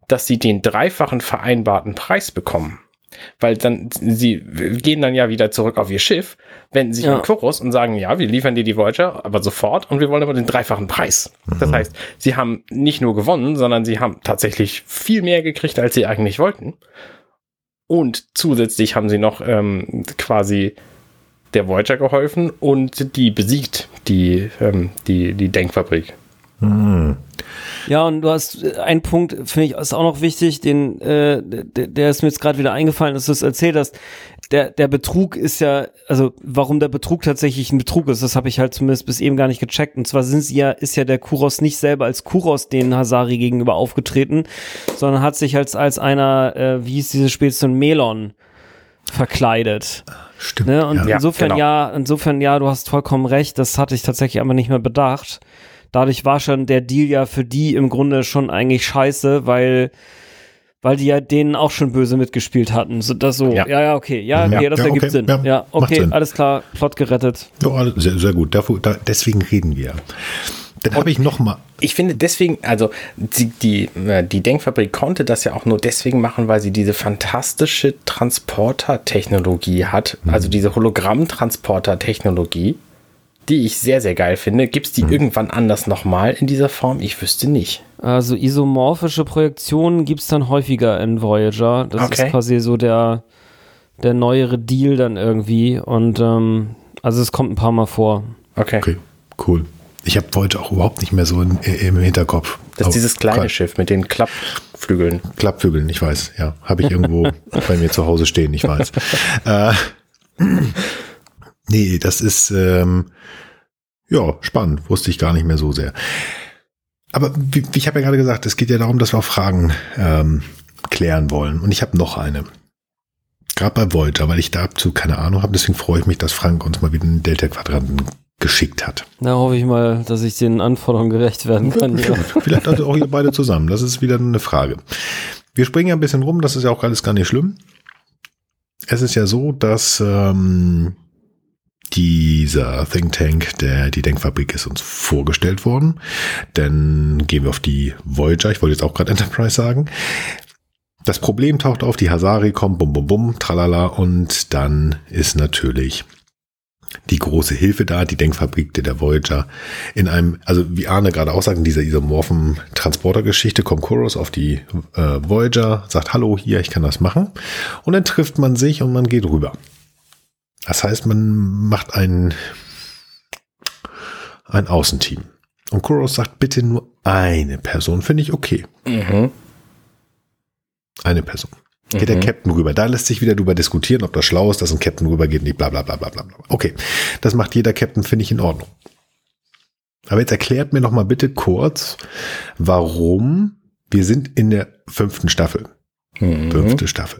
dass sie den dreifachen vereinbarten Preis bekommen. Weil dann, sie gehen dann ja wieder zurück auf ihr Schiff, wenden sich Ja. an Chorus und sagen, ja, wir liefern dir die Voyager, aber sofort und wir wollen aber den dreifachen Preis. Mhm. Das heißt, sie haben nicht nur gewonnen, sondern sie haben tatsächlich viel mehr gekriegt, als sie eigentlich wollten. Und zusätzlich haben sie noch ähm, quasi der Voyager geholfen und die besiegt, die, ähm, die, die Denkfabrik. Hm. Ja, und du hast äh, einen Punkt, finde ich, ist auch noch wichtig, den, äh, der, der ist mir jetzt gerade wieder eingefallen, dass du es erzählt hast. Der, der Betrug ist ja, also warum der Betrug tatsächlich ein Betrug ist, das habe ich halt zumindest bis eben gar nicht gecheckt. Und zwar sind sie ja, ist ja der Kuros nicht selber als Kuros den Hasari gegenüber aufgetreten, sondern hat sich als, als einer, äh, wie hieß diese Spezies, Melon verkleidet. Stimmt. Ne? Und ja. insofern Ja, genau. ja, insofern ja, du hast vollkommen recht, das hatte ich tatsächlich aber nicht mehr bedacht. Dadurch war schon der Deal ja für die im Grunde schon eigentlich scheiße, weil weil die ja denen auch schon böse mitgespielt hatten. So, das so, ja, Ja. ja, okay, ja, Ja, okay, das ja, ergibt okay, Sinn. ja, Ja, macht okay, Sinn. alles klar, Plot gerettet. Ja, alles- sehr, sehr gut. Dafür, da, deswegen reden wir. Dann habe ich noch mal. Ich finde deswegen, also die, die, äh, die Denkfabrik konnte das ja auch nur deswegen machen, weil sie diese fantastische Transporter-Technologie hat, Mhm. also diese Hologramm-Transporter-Technologie, die ich sehr, sehr geil finde. Gibt es die Mhm. irgendwann anders nochmal in dieser Form? Ich wüsste nicht. Also isomorphische Projektionen gibt's dann häufiger in Voyager. Das Okay. ist quasi so der, der neuere Deal dann irgendwie. Und ähm, also es kommt ein paar Mal vor. Okay. Okay, cool. Ich habe heute auch überhaupt nicht mehr so in, im Hinterkopf. Das ist Aber dieses kleine grad- Schiff mit den Klappflügeln. Klappvögeln, ich weiß, ja. Habe ich irgendwo bei mir zu Hause stehen, ich weiß. Äh, nee, das ist, ähm, ja, spannend. Wusste ich gar nicht mehr so sehr. Aber wie, wie ich habe ja gerade gesagt, es geht ja darum, dass wir auch Fragen ähm, klären wollen. Und ich habe noch eine. Gerade bei Voyager, weil ich dazu keine Ahnung habe. Deswegen freue ich mich, dass Frank uns mal wieder einen Delta-Quadranten geschickt hat. Da hoffe ich mal, dass ich den Anforderungen gerecht werden kann. Ja. Vielleicht also auch ihr beide zusammen. Das ist wieder eine Frage. Wir springen ja ein bisschen rum. Das ist ja auch alles gar nicht schlimm. Es ist ja so, dass ähm, dieser Think Tank, der die Denkfabrik ist, uns vorgestellt worden. Dann gehen wir auf die Voyager. Ich wollte jetzt auch gerade Enterprise sagen. Das Problem taucht auf, die Hasari kommen, bum, bum, bum, tralala. Und dann ist natürlich die große Hilfe da, die Denkfabrik der Voyager. In einem, also wie Arne gerade auch sagt, in dieser isomorphen Transportergeschichte kommt Chorus auf die äh, Voyager, sagt, hallo, hier, ich kann das machen. Und dann trifft man sich und man geht rüber. Das heißt, man macht ein, ein Außenteam. Und Chorus sagt, bitte nur eine Person, finde ich okay. Mhm. Eine Person. Geht der Captain rüber. Da lässt sich wieder drüber diskutieren, ob das schlau ist, dass ein Captain rübergeht und nicht bla bla bla bla bla. Okay, das macht jeder Captain, finde ich in Ordnung. Aber jetzt erklärt mir noch mal bitte kurz, warum wir sind in der fünften Staffel. Mhm. Fünfte Staffel.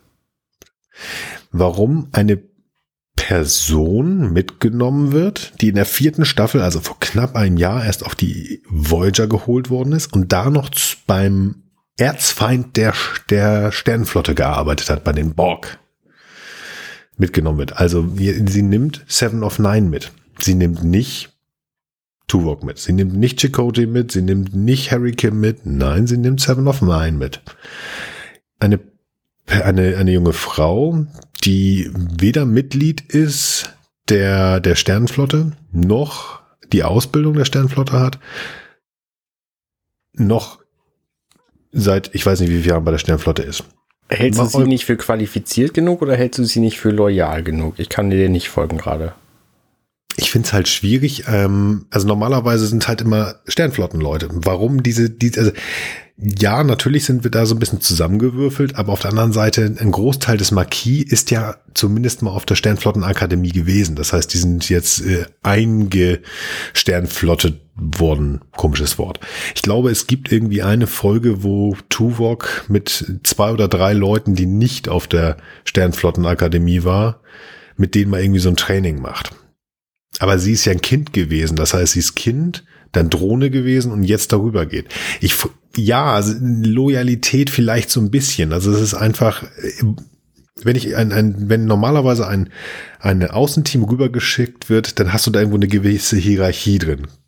Warum eine Person mitgenommen wird, die in der vierten Staffel, also vor knapp einem Jahr, erst auf die Voyager geholt worden ist und da noch beim Erzfeind der, der Sternenflotte gearbeitet hat, bei den Borg, mitgenommen wird. Also sie nimmt Seven of Nine mit. Sie nimmt nicht Tuvok mit. Sie nimmt nicht Chakotay mit. Sie nimmt nicht Harry Kim mit. Nein, sie nimmt Seven of Nine mit. Eine, eine, eine junge Frau, die weder Mitglied ist der, der Sternenflotte, noch die Ausbildung der Sternenflotte hat, noch seit, ich weiß nicht, wie viele Jahren bei der Sternenflotte ist. Hältst du Mach sie eu- nicht für qualifiziert genug oder hältst du sie nicht für loyal genug? Ich kann dir nicht folgen gerade. Ich finde es halt schwierig. Ähm, also normalerweise sind es halt immer Sternflottenleute. Warum diese, die, also ja, natürlich sind wir da so ein bisschen zusammengewürfelt, aber auf der anderen Seite, ein Großteil des Marquis ist ja zumindest mal auf der Sternflottenakademie gewesen. Das heißt, die sind jetzt äh, eingesternflottet worden. Komisches Wort. Ich glaube, es gibt irgendwie eine Folge, wo Tuvok mit zwei oder drei Leuten, die nicht auf der Sternflottenakademie war, mit denen man irgendwie so ein Training macht. Aber sie ist ja ein Kind gewesen. Das heißt, sie ist Kind, dann Drohne gewesen und jetzt darüber geht. Ich, ja, also Loyalität vielleicht so ein bisschen. Also es ist einfach, wenn ich ein, ein wenn normalerweise ein, ein Außenteam rübergeschickt wird, dann hast du da irgendwo eine gewisse Hierarchie drin.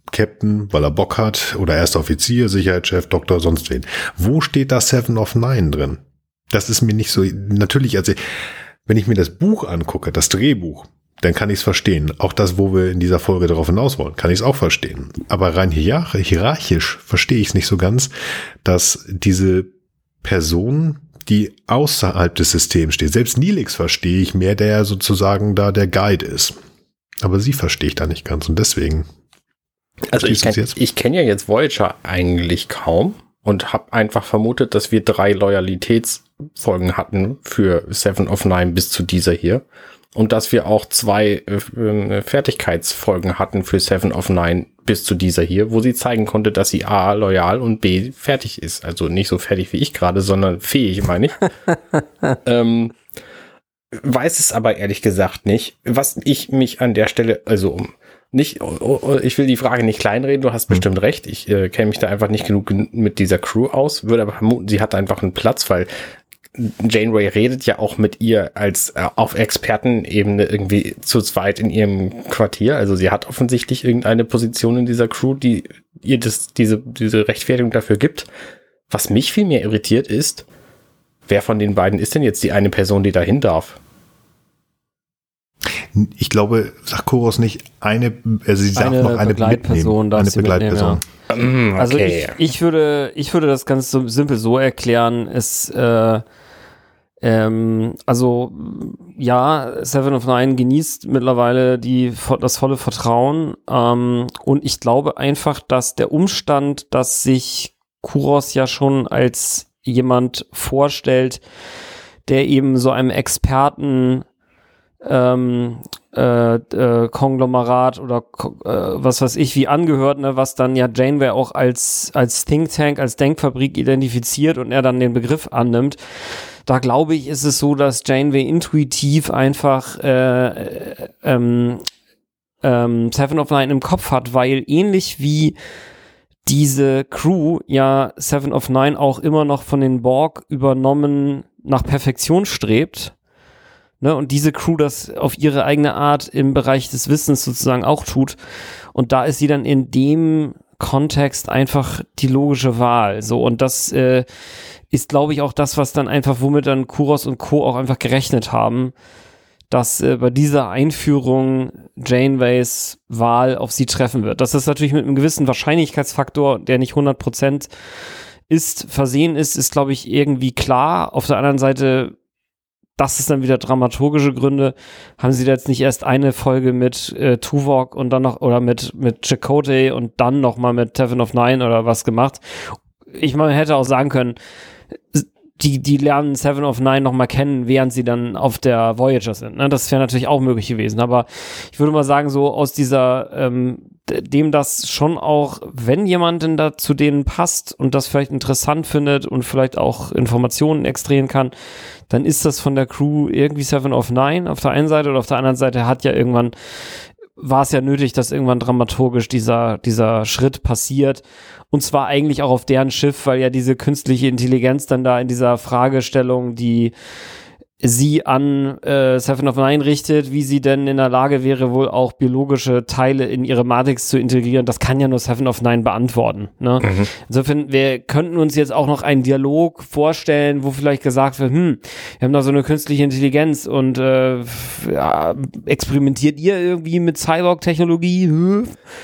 Captain, weil er Bock hat, oder erster Offizier, Sicherheitschef, Doktor, sonst wen. Wo steht da Seven of Nine drin? Das ist mir nicht so, natürlich, also wenn ich mir das Buch angucke, das Drehbuch, dann kann ich es verstehen. Auch das, wo wir in dieser Folge darauf hinaus wollen, kann ich es auch verstehen. Aber rein hier, hierarchisch verstehe ich es nicht so ganz, dass diese Person, die außerhalb des Systems steht, selbst Neelix verstehe ich mehr, der sozusagen da der Guide ist. Aber sie verstehe ich da nicht ganz und deswegen. Also ich kenne ich kenn ja jetzt Voyager eigentlich kaum und habe einfach vermutet, dass wir drei Loyalitätsfolgen hatten für Seven of Nine bis zu dieser hier und dass wir auch zwei äh, Fertigkeitsfolgen hatten für Seven of Nine bis zu dieser hier, wo sie zeigen konnte, dass sie A, loyal und B, fertig ist. Also nicht so fertig wie ich gerade, sondern fähig, meine ich. ähm, weiß es aber ehrlich gesagt nicht. Was ich mich an der Stelle, also um nicht, ich will die Frage nicht kleinreden, du hast bestimmt recht, ich äh, kenne mich da einfach nicht genug mit dieser Crew aus, würde aber vermuten, sie hat einfach einen Platz, weil Janeway redet ja auch mit ihr als äh, auf Expertenebene irgendwie zu zweit in ihrem Quartier, also sie hat offensichtlich irgendeine Position in dieser Crew, die ihr das, diese, diese Rechtfertigung dafür gibt. Was mich viel mehr irritiert ist, wer von den beiden ist denn jetzt die eine Person, die dahin darf? Ich glaube, sagt Koros nicht eine, also sie sagt eine noch eine Begleitperson, eine Begleitperson. Ja. Also okay. ich, ich würde, ich würde das ganz so simpel so erklären, es, äh, ähm, also ja, Seven of Nine genießt mittlerweile die das volle Vertrauen, ähm, und ich glaube einfach, dass der Umstand, dass sich Kuros ja schon als jemand vorstellt, der eben so einem Experten ähm, äh, äh, Konglomerat oder äh, was weiß ich wie angehört, ne, was dann ja Janeway auch als als Think Tank, als Denkfabrik identifiziert und er dann den Begriff annimmt. Da glaube ich, ist es so, dass Janeway intuitiv einfach äh, ähm, ähm, Seven of Nine im Kopf hat, weil ähnlich wie diese Crew ja Seven of Nine auch immer noch von den Borg übernommen nach Perfektion strebt, ne, und diese Crew das auf ihre eigene Art im Bereich des Wissens sozusagen auch tut. Und da ist sie dann in dem Kontext einfach die logische Wahl. So, und das äh, ist, glaube ich, auch das, was dann einfach, womit dann Kuros und Co. auch einfach gerechnet haben, dass äh, bei dieser Einführung Janeways Wahl auf sie treffen wird. Dass das natürlich mit einem gewissen Wahrscheinlichkeitsfaktor, der nicht hundert Prozent ist, versehen ist, ist, glaube ich, irgendwie klar. Auf der anderen Seite, das ist dann wieder dramaturgische Gründe. Haben sie da jetzt nicht erst eine Folge mit äh, Tuvok und dann noch, oder mit, mit Chakotay und dann noch mal mit Seven of Nine oder was gemacht? Ich meine, man hätte auch sagen können, die, die lernen Seven of Nine noch mal kennen, während sie dann auf der Voyager sind. Ne? Das wäre natürlich auch möglich gewesen. Aber ich würde mal sagen, so aus dieser, ähm, dem das schon auch, wenn jemand denn da zu denen passt und das vielleicht interessant findet und vielleicht auch Informationen extrahieren kann, dann ist das von der Crew irgendwie Seven of Nine auf der einen Seite, oder auf der anderen Seite hat ja irgendwann, war es ja nötig, dass irgendwann dramaturgisch dieser, dieser Schritt passiert. Und zwar eigentlich auch auf deren Schiff, weil ja diese künstliche Intelligenz dann da in dieser Fragestellung, die sie an äh, Seven of Nine richtet, wie sie denn in der Lage wäre, wohl auch biologische Teile in ihre Matrix zu integrieren, das kann ja nur Seven of Nine beantworten. Ne? Mhm. Insofern, wir könnten uns jetzt auch noch einen Dialog vorstellen, wo vielleicht gesagt wird, hm, wir haben da so eine künstliche Intelligenz und äh, ja, experimentiert ihr irgendwie mit Cyborg-Technologie? Hm?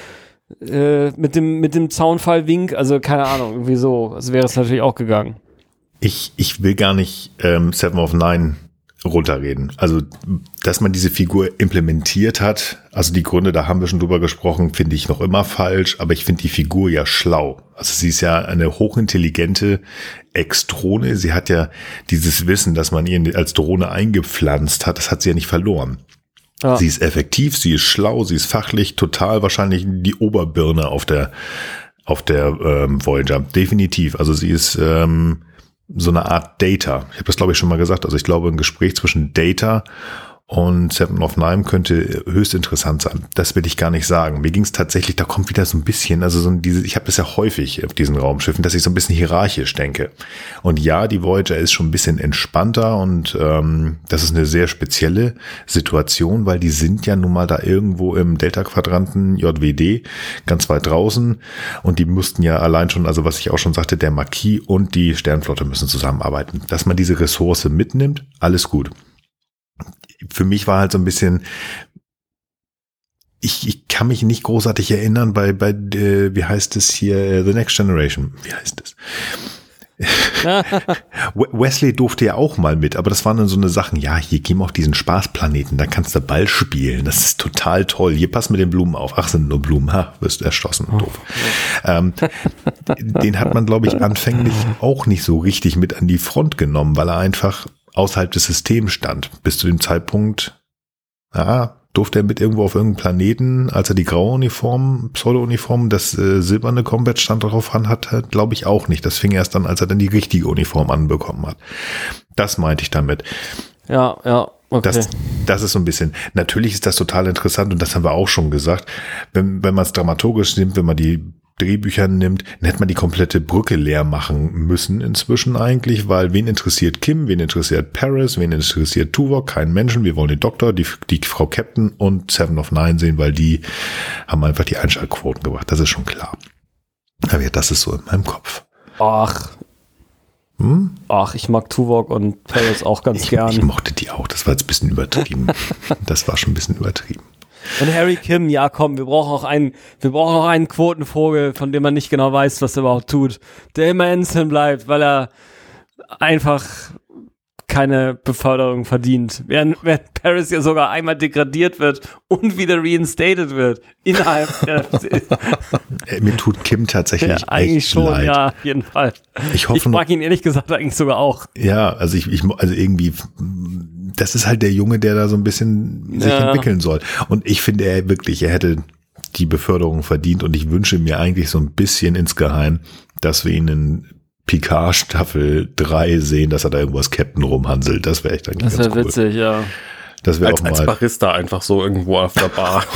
Äh, mit dem mit dem Zaunfall-Wink, also keine Ahnung, irgendwie so, also wäre es natürlich auch gegangen. Ich, ich will gar nicht ähm, Seven of Nine runterreden. Also, dass man diese Figur implementiert hat, also die Gründe, da haben wir schon drüber gesprochen, finde ich noch immer falsch, aber ich finde die Figur ja schlau. Also sie ist ja eine hochintelligente Ex-Drohne. Sie hat ja dieses Wissen, dass man ihr als Drohne eingepflanzt hat, das hat sie ja nicht verloren. Ja. Sie ist effektiv, sie ist schlau, sie ist fachlich total wahrscheinlich die Oberbirne auf der auf der ähm, Voyager. Definitiv. Also sie ist ähm, so eine Art Data. Ich habe das, glaube ich, schon mal gesagt. Also ich glaube, ein Gespräch zwischen Data Und Seven of Nine könnte höchst interessant sein. Das will ich gar nicht sagen. Mir ging es tatsächlich, da kommt wieder so ein bisschen, also so diese, ich habe das ja häufig auf diesen Raumschiffen, dass ich so ein bisschen hierarchisch denke. Und ja, die Voyager ist schon ein bisschen entspannter und ähm, das ist eine sehr spezielle Situation, weil die sind ja nun mal da irgendwo im Delta-Quadranten J W D, ganz weit draußen. Und die mussten ja allein schon, also was ich auch schon sagte, der Marquis und die Sternflotte müssen zusammenarbeiten. Dass man diese Ressource mitnimmt, alles gut. Für mich war halt so ein bisschen, ich, ich kann mich nicht großartig erinnern bei, bei äh, wie heißt es hier, The Next Generation, wie heißt es? Wesley durfte ja auch mal mit, aber das waren dann so eine Sachen, ja, hier gehen wir auf diesen Spaßplaneten, da kannst du Ball spielen, das ist total toll, hier pass mit den Blumen auf, ach, sind nur Blumen, ha, wirst erschossen, doof. Oh. Ähm, den hat man, glaube ich, anfänglich auch nicht so richtig mit an die Front genommen, weil er einfach außerhalb des Systems stand. Bis zu dem Zeitpunkt, ja, durfte er mit irgendwo auf irgendeinem Planeten, als er die graue Uniform, Pseudo-Uniform, das äh, silberne Combat-Stand drauf an hatte, glaube ich auch nicht. Das fing erst an, als er dann die richtige Uniform anbekommen hat. Das meinte ich damit. Ja, ja, okay. Das, das ist so ein bisschen, natürlich ist das total interessant und das haben wir auch schon gesagt. Wenn, wenn man es dramaturgisch nimmt, wenn man die Drehbücher nimmt, dann hätte man die komplette Brücke leer machen müssen inzwischen eigentlich, weil wen interessiert Kim, wen interessiert Paris, wen interessiert Tuvok, keinen Menschen, wir wollen den Doktor, die, die Frau Captain und Seven of Nine sehen, weil die haben einfach die Einschaltquoten gebracht, das ist schon klar. Aber ja, das ist so in meinem Kopf. Ach, hm? Ach, ich mag Tuvok und Paris auch ganz ich, gern. Ich mochte die auch, das war jetzt ein bisschen übertrieben. Das war schon ein bisschen übertrieben. Und Harry Kim, ja komm, wir brauchen auch einen, wir brauchen auch einen Quotenvogel, von dem man nicht genau weiß, was er überhaupt tut, der immer Ensign bleibt, weil er einfach keine Beförderung verdient. Während, während Paris ja sogar einmal degradiert wird und wieder reinstated wird. Innerhalb der Mir tut Kim tatsächlich ja, eigentlich echt schon, leid. Ja, auf jeden Fall. Ich hoffe ich mag ihn ehrlich gesagt eigentlich sogar auch. Ja, also ich, ich also irgendwie, das ist halt der Junge, der da so ein bisschen sich ja. entwickeln soll. Und ich finde, er wirklich, er hätte die Beförderung verdient und ich wünsche mir eigentlich so ein bisschen insgeheim, dass wir ihn in Picard Staffel drei sehen, dass er da irgendwo als Captain rumhanselt. Das wäre echt eigentlich das ganz cool. Das wäre witzig, ja. Das wäre als, auch mal. Als Barista einfach so irgendwo auf der Bar.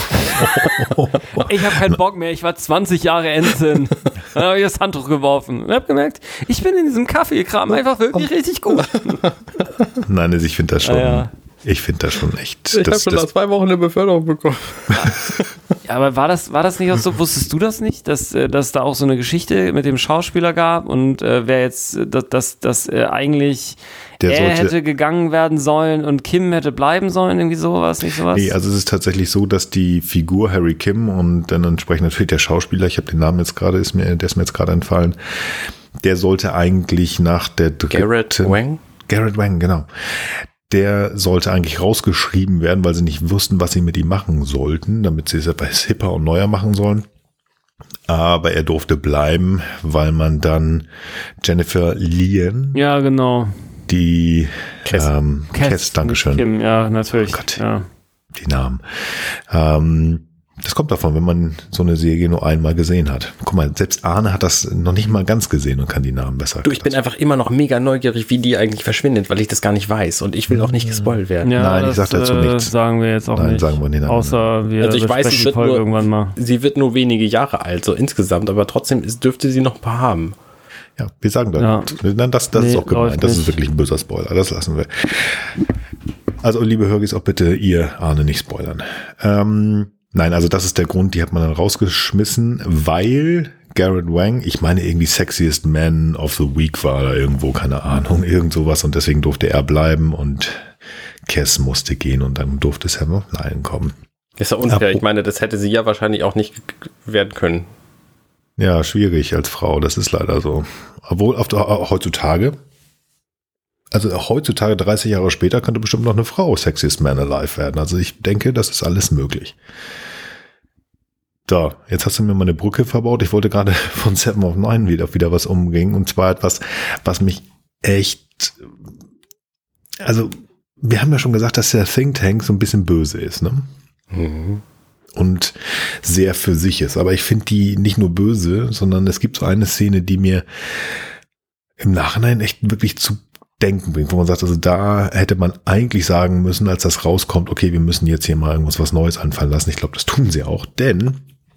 Ich habe keinen Bock mehr, ich war zwanzig Jahre Ensign. Dann habe ich das Handtuch geworfen und habe gemerkt, ich bin in diesem Kaffeekram einfach wirklich richtig gut. Nein, also ich finde das schon, ah, ja. ich finde das schon echt. Ich habe schon nach zwei Wochen eine Beförderung bekommen. Ja, aber war das, war das nicht auch so, wusstest du das nicht, dass, dass da auch so eine Geschichte mit dem Schauspieler gab und äh, wer jetzt, dass, dass, dass äh, eigentlich Der er sollte, hätte gegangen werden sollen und Kim hätte bleiben sollen, irgendwie sowas, nicht sowas? Nee, also es ist tatsächlich so, dass die Figur Harry Kim und dann entsprechend natürlich der Schauspieler, ich habe den Namen jetzt gerade, ist mir, der ist mir jetzt gerade entfallen, der sollte eigentlich nach der dritten... Garrett Wang? Garrett Wang, genau. Der sollte eigentlich rausgeschrieben werden, weil sie nicht wussten, was sie mit ihm machen sollten, damit sie es etwas hipper und neuer machen sollen. Aber er durfte bleiben, weil man dann Jennifer Lien, ja, genau, die Cass, ähm, Cass, Cass Dankeschön. Kim, ja, natürlich. Oh Gott, ja. die Namen. Ähm, das kommt davon, wenn man so eine Serie nur einmal gesehen hat. Guck mal, selbst Arne hat das noch nicht mal ganz gesehen und kann die Namen besser. Du, ich bin einfach immer noch mega neugierig, wie die eigentlich verschwindet, weil ich das gar nicht weiß und ich will auch nicht gespoilt werden. Ja, Nein, das, ich sag dazu äh, nichts. sagen wir jetzt auch Nein, nicht. sagen wir nicht. Außer wir also ich weiß, besprechen es die wird Folge nur, irgendwann mal. Sie wird nur wenige Jahre alt, so insgesamt, aber trotzdem ist, dürfte sie noch ein paar haben. Ja, wir sagen das. Ja. Nein, das, das Nee, ist auch gemeint. Das nicht. ist wirklich ein böser Spoiler. Das lassen wir. Also, liebe Hörgis, auch bitte ihr Arne nicht spoilern. Ähm, nein, also das ist der Grund, die hat man dann rausgeschmissen, weil Garrett Wang, ich meine irgendwie Sexiest Man of the Week war da irgendwo, keine Ahnung, irgend sowas und deswegen durfte er bleiben und Cass musste gehen und dann durfte Seven of Nine kommen. Ist ja unfair. Ich meine, das hätte sie ja wahrscheinlich auch nicht werden können. Ja, schwierig als Frau, das ist leider so. Obwohl auf der, heutzutage, also heutzutage dreißig Jahre später könnte bestimmt noch eine Frau Sexiest Man Alive werden. Also ich denke, das ist alles möglich. So, jetzt hast du mir mal eine Brücke verbaut. Ich wollte gerade von Seven of Nine wieder, wieder was umgehen. Und zwar etwas, was mich echt, also wir haben ja schon gesagt, dass der Think Tank so ein bisschen böse ist, ne? Mhm. Und sehr für sich ist. Aber ich finde die nicht nur böse, sondern es gibt so eine Szene, die mir im Nachhinein echt wirklich zu Denken bringt, wo man sagt, also da hätte man eigentlich sagen müssen, als das rauskommt, okay, wir müssen jetzt hier mal irgendwas was Neues anfallen lassen. Ich glaube, das tun sie auch, denn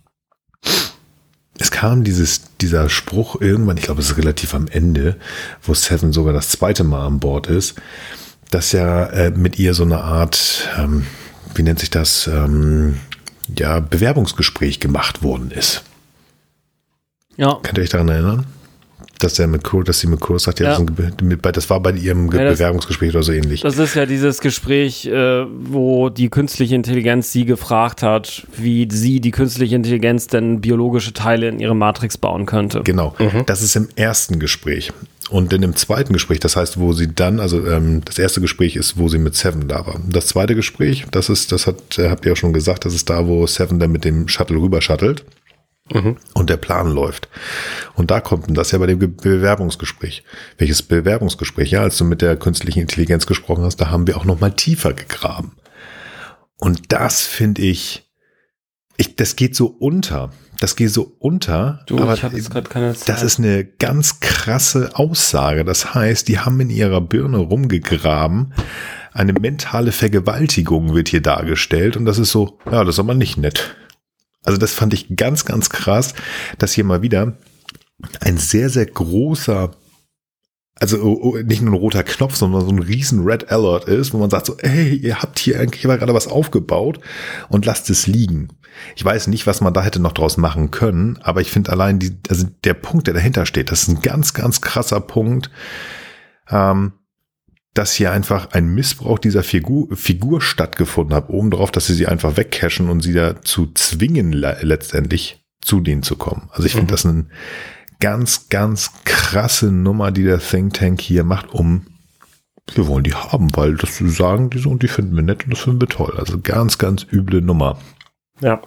es kam dieses, dieser Spruch irgendwann, ich glaube, es ist relativ am Ende, wo Seven sogar das zweite Mal an Bord ist, dass ja äh, mit ihr so eine Art, ähm, wie nennt sich das, ähm, ja, Bewerbungsgespräch gemacht worden ist. Ja. Könnt ihr euch daran erinnern? Dass der mit Kuro, dass sie mit Kuro sagt, ja, ja. Das, ein, das war bei ihrem ja, das, Bewerbungsgespräch oder so ähnlich. Das ist ja dieses Gespräch, äh, wo die künstliche Intelligenz sie gefragt hat, wie sie die künstliche Intelligenz denn biologische Teile in ihre Matrix bauen könnte. Genau, mhm. Das ist im ersten Gespräch. Und dann im zweiten Gespräch, das heißt, wo sie dann, also ähm, das erste Gespräch ist, wo sie mit Seven da war. Das zweite Gespräch, das ist, das hat, habt ihr ja schon gesagt, das ist da, wo Seven dann mit dem Shuttle rüber shuttelt. Mhm. Und der Plan läuft. Und da kommt das ja bei dem Bewerbungsgespräch. Welches Bewerbungsgespräch? Ja, als du mit der künstlichen Intelligenz gesprochen hast, da haben wir auch noch mal tiefer gegraben. Und das finde ich, ich, das geht so unter. Das geht so unter. Du, aber ich habe jetzt gerade keine Zeit. Das ist eine ganz krasse Aussage. Das heißt, die haben in ihrer Birne rumgegraben. Eine mentale Vergewaltigung wird hier dargestellt. Und das ist so, ja, das ist aber nicht nett. Also das fand ich ganz, ganz krass, dass hier mal wieder ein sehr, sehr großer, also nicht nur ein roter Knopf, sondern so ein riesen Red Alert ist, wo man sagt so, hey, ihr habt hier eigentlich mal gerade was aufgebaut und lasst es liegen. Ich weiß nicht, was man da hätte noch draus machen können, aber ich finde allein die, also der Punkt, der dahinter steht, das ist ein ganz, ganz krasser Punkt, ähm, dass hier einfach ein Missbrauch dieser Figur, Figur stattgefunden hat, obendrauf, dass sie sie einfach wegcashen und sie dazu zwingen, le- letztendlich zu denen zu kommen. Also ich finde mhm. das eine ganz, ganz krasse Nummer, die der Think Tank hier macht, um, wir wollen die haben, weil das sagen die so und die finden wir nett und das finden wir toll. Also ganz, ganz üble Nummer. Ja.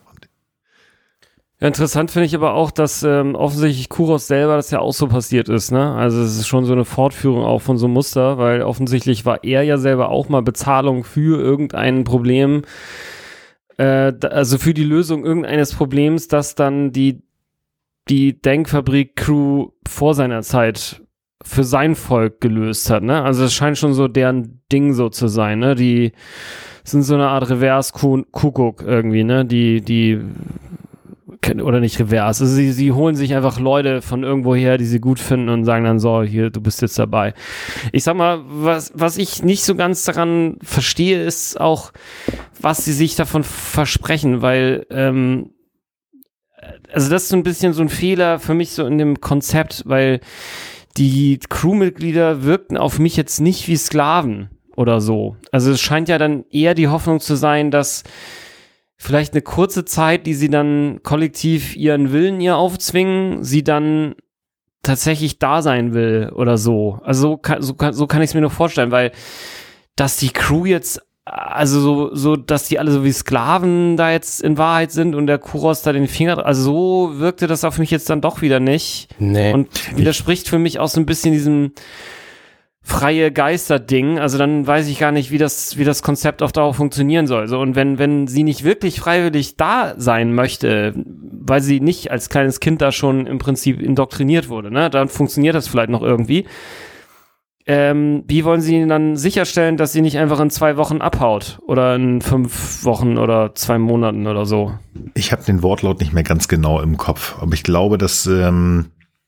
Ja, interessant finde ich aber auch, dass ähm, offensichtlich Kuros selber das ja auch so passiert ist, ne? Also es ist schon so eine Fortführung auch von so einem Muster, weil offensichtlich war er ja selber auch mal Bezahlung für irgendein Problem, äh, da, also für die Lösung irgendeines Problems, das dann die die Denkfabrik-Crew vor seiner Zeit für sein Volk gelöst hat, ne? Also es scheint schon so deren Ding so zu sein, ne? Die sind so eine Art Reverse-Kuckuck irgendwie, ne? Die die oder nicht Reverse. Also sie, sie holen sich einfach Leute von irgendwoher, die sie gut finden und sagen dann so, hier, du bist jetzt dabei. Ich sag mal, was, was ich nicht so ganz daran verstehe, ist auch, was sie sich davon versprechen, weil, ähm, also das ist so ein bisschen so ein Fehler für mich so in dem Konzept, weil die Crewmitglieder wirkten auf mich jetzt nicht wie Sklaven oder so. Also es scheint ja dann eher die Hoffnung zu sein, dass vielleicht eine kurze Zeit, die sie dann kollektiv ihren Willen ihr aufzwingen, sie dann tatsächlich da sein will oder so. Also so kann, so kann, so kann ich es mir nur vorstellen, weil dass die Crew jetzt, also so, so, dass die alle so wie Sklaven da jetzt in Wahrheit sind und der Kuros da den Finger, also so wirkte das auf mich jetzt dann doch wieder nicht. Nee. Und widerspricht für mich auch so ein bisschen diesem freie Geister-Ding, also dann weiß ich gar nicht, wie das, wie das Konzept auf Dauer funktionieren soll. So, und wenn, wenn sie nicht wirklich freiwillig da sein möchte, weil sie nicht als kleines Kind da schon im Prinzip indoktriniert wurde, ne, dann funktioniert das vielleicht noch irgendwie. Ähm, wie wollen sie dann sicherstellen, dass sie nicht einfach in zwei Wochen abhaut oder in fünf Wochen oder zwei Monaten oder so? Ich habe den Wortlaut nicht mehr ganz genau im Kopf, aber ich glaube, dass ähm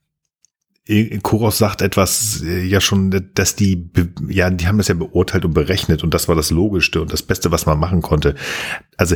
Kuros sagt etwas, äh, ja schon, dass die, be- ja, die haben das ja beurteilt und berechnet und das war das Logischste und das Beste, was man machen konnte. Also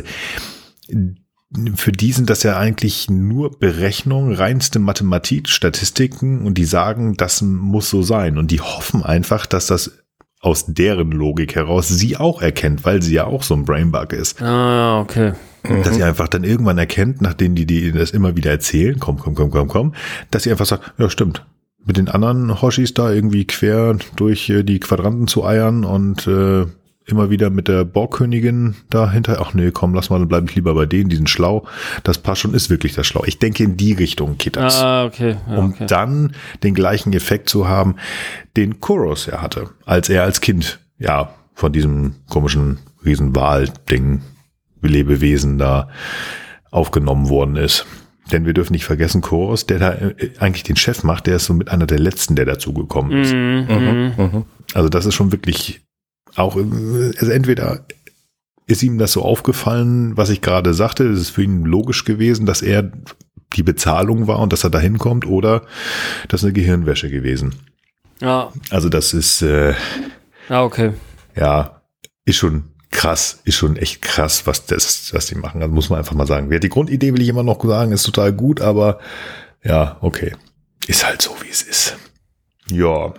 für die sind das ja eigentlich nur Berechnungen, reinste Mathematik, Statistiken und die sagen, das muss so sein und die hoffen einfach, dass das aus deren Logik heraus sie auch erkennt, weil sie ja auch so ein Brainbug ist. Ah, okay. Dass sie einfach dann irgendwann erkennt, nachdem die, die das immer wieder erzählen, komm, komm, komm, komm, komm, dass sie einfach sagt, ja stimmt, mit den anderen Hoshis da irgendwie quer durch äh, die Quadranten zu eiern und äh, immer wieder mit der Borgkönigin dahinter, ach nee, komm, lass mal, dann bleibe ich lieber bei denen, die sind schlau, das passt schon, ist wirklich das schlau. Ich denke, in die Richtung geht das. Ah, okay. Ja, um okay. dann den gleichen Effekt zu haben, den Kuros ja hatte, als er als Kind, ja, von diesem komischen Riesenwal-Ding, Lebewesen da aufgenommen worden ist. Denn wir dürfen nicht vergessen, Koros, der da eigentlich den Chef macht, der ist so mit einer der letzten, der dazugekommen ist. Mhm. Mhm. Also das ist schon wirklich auch, also entweder ist ihm das so aufgefallen, was ich gerade sagte, das ist für ihn logisch gewesen, dass er die Bezahlung war und dass er da hinkommt, oder das ist eine Gehirnwäsche gewesen. Ja. Also das ist, äh, Ah, okay. ja, ist schon krass, ist schon echt krass, was das, was die machen. Also muss man einfach mal sagen. Die Grundidee, will ich immer noch sagen, ist total gut, aber ja, okay. Ist halt so, wie es ist. Ja.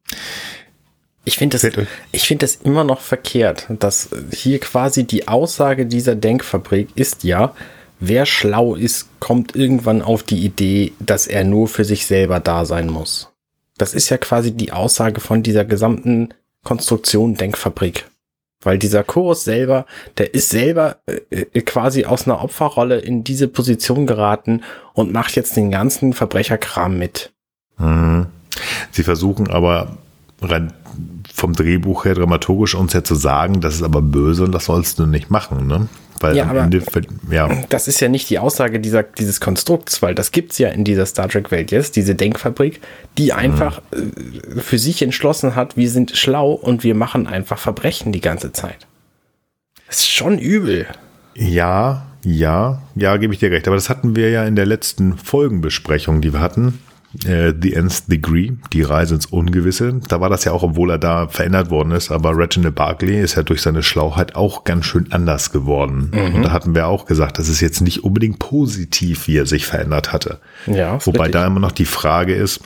Ich finde das, ich finde das immer noch verkehrt, dass hier quasi die Aussage dieser Denkfabrik ist ja, wer schlau ist, kommt irgendwann auf die Idee, dass er nur für sich selber da sein muss. Das ist ja quasi die Aussage von dieser gesamten Konstruktion Denkfabrik. Weil dieser Koros selber, der ist selber äh, quasi aus einer Opferrolle in diese Position geraten und macht jetzt den ganzen Verbrecherkram mit. Mhm. Sie versuchen aber rein vom Drehbuch her dramaturgisch uns ja zu sagen, das ist aber böse und das sollst du nicht machen, ne? Weil ja, am aber Ende, ja. Das ist ja nicht die Aussage dieser, dieses Konstrukts, weil das gibt's ja in dieser Star Trek Welt jetzt, diese Denkfabrik, die einfach mhm. äh, für sich entschlossen hat, wir sind schlau und wir machen einfach Verbrechen die ganze Zeit. Das ist schon übel. Ja, ja, ja, gebe ich dir recht. Aber das hatten wir ja in der letzten Folgenbesprechung, die wir hatten. Äh, The Nth Degree, die Reise ins Ungewisse. Da war das ja auch, obwohl er da verändert worden ist, aber Reginald Barclay ist ja durch seine Schlauheit auch ganz schön anders geworden. Mhm. Und da hatten wir auch gesagt, das ist jetzt nicht unbedingt positiv, wie er sich verändert hatte. Ja, wobei richtig. Da immer noch die Frage ist,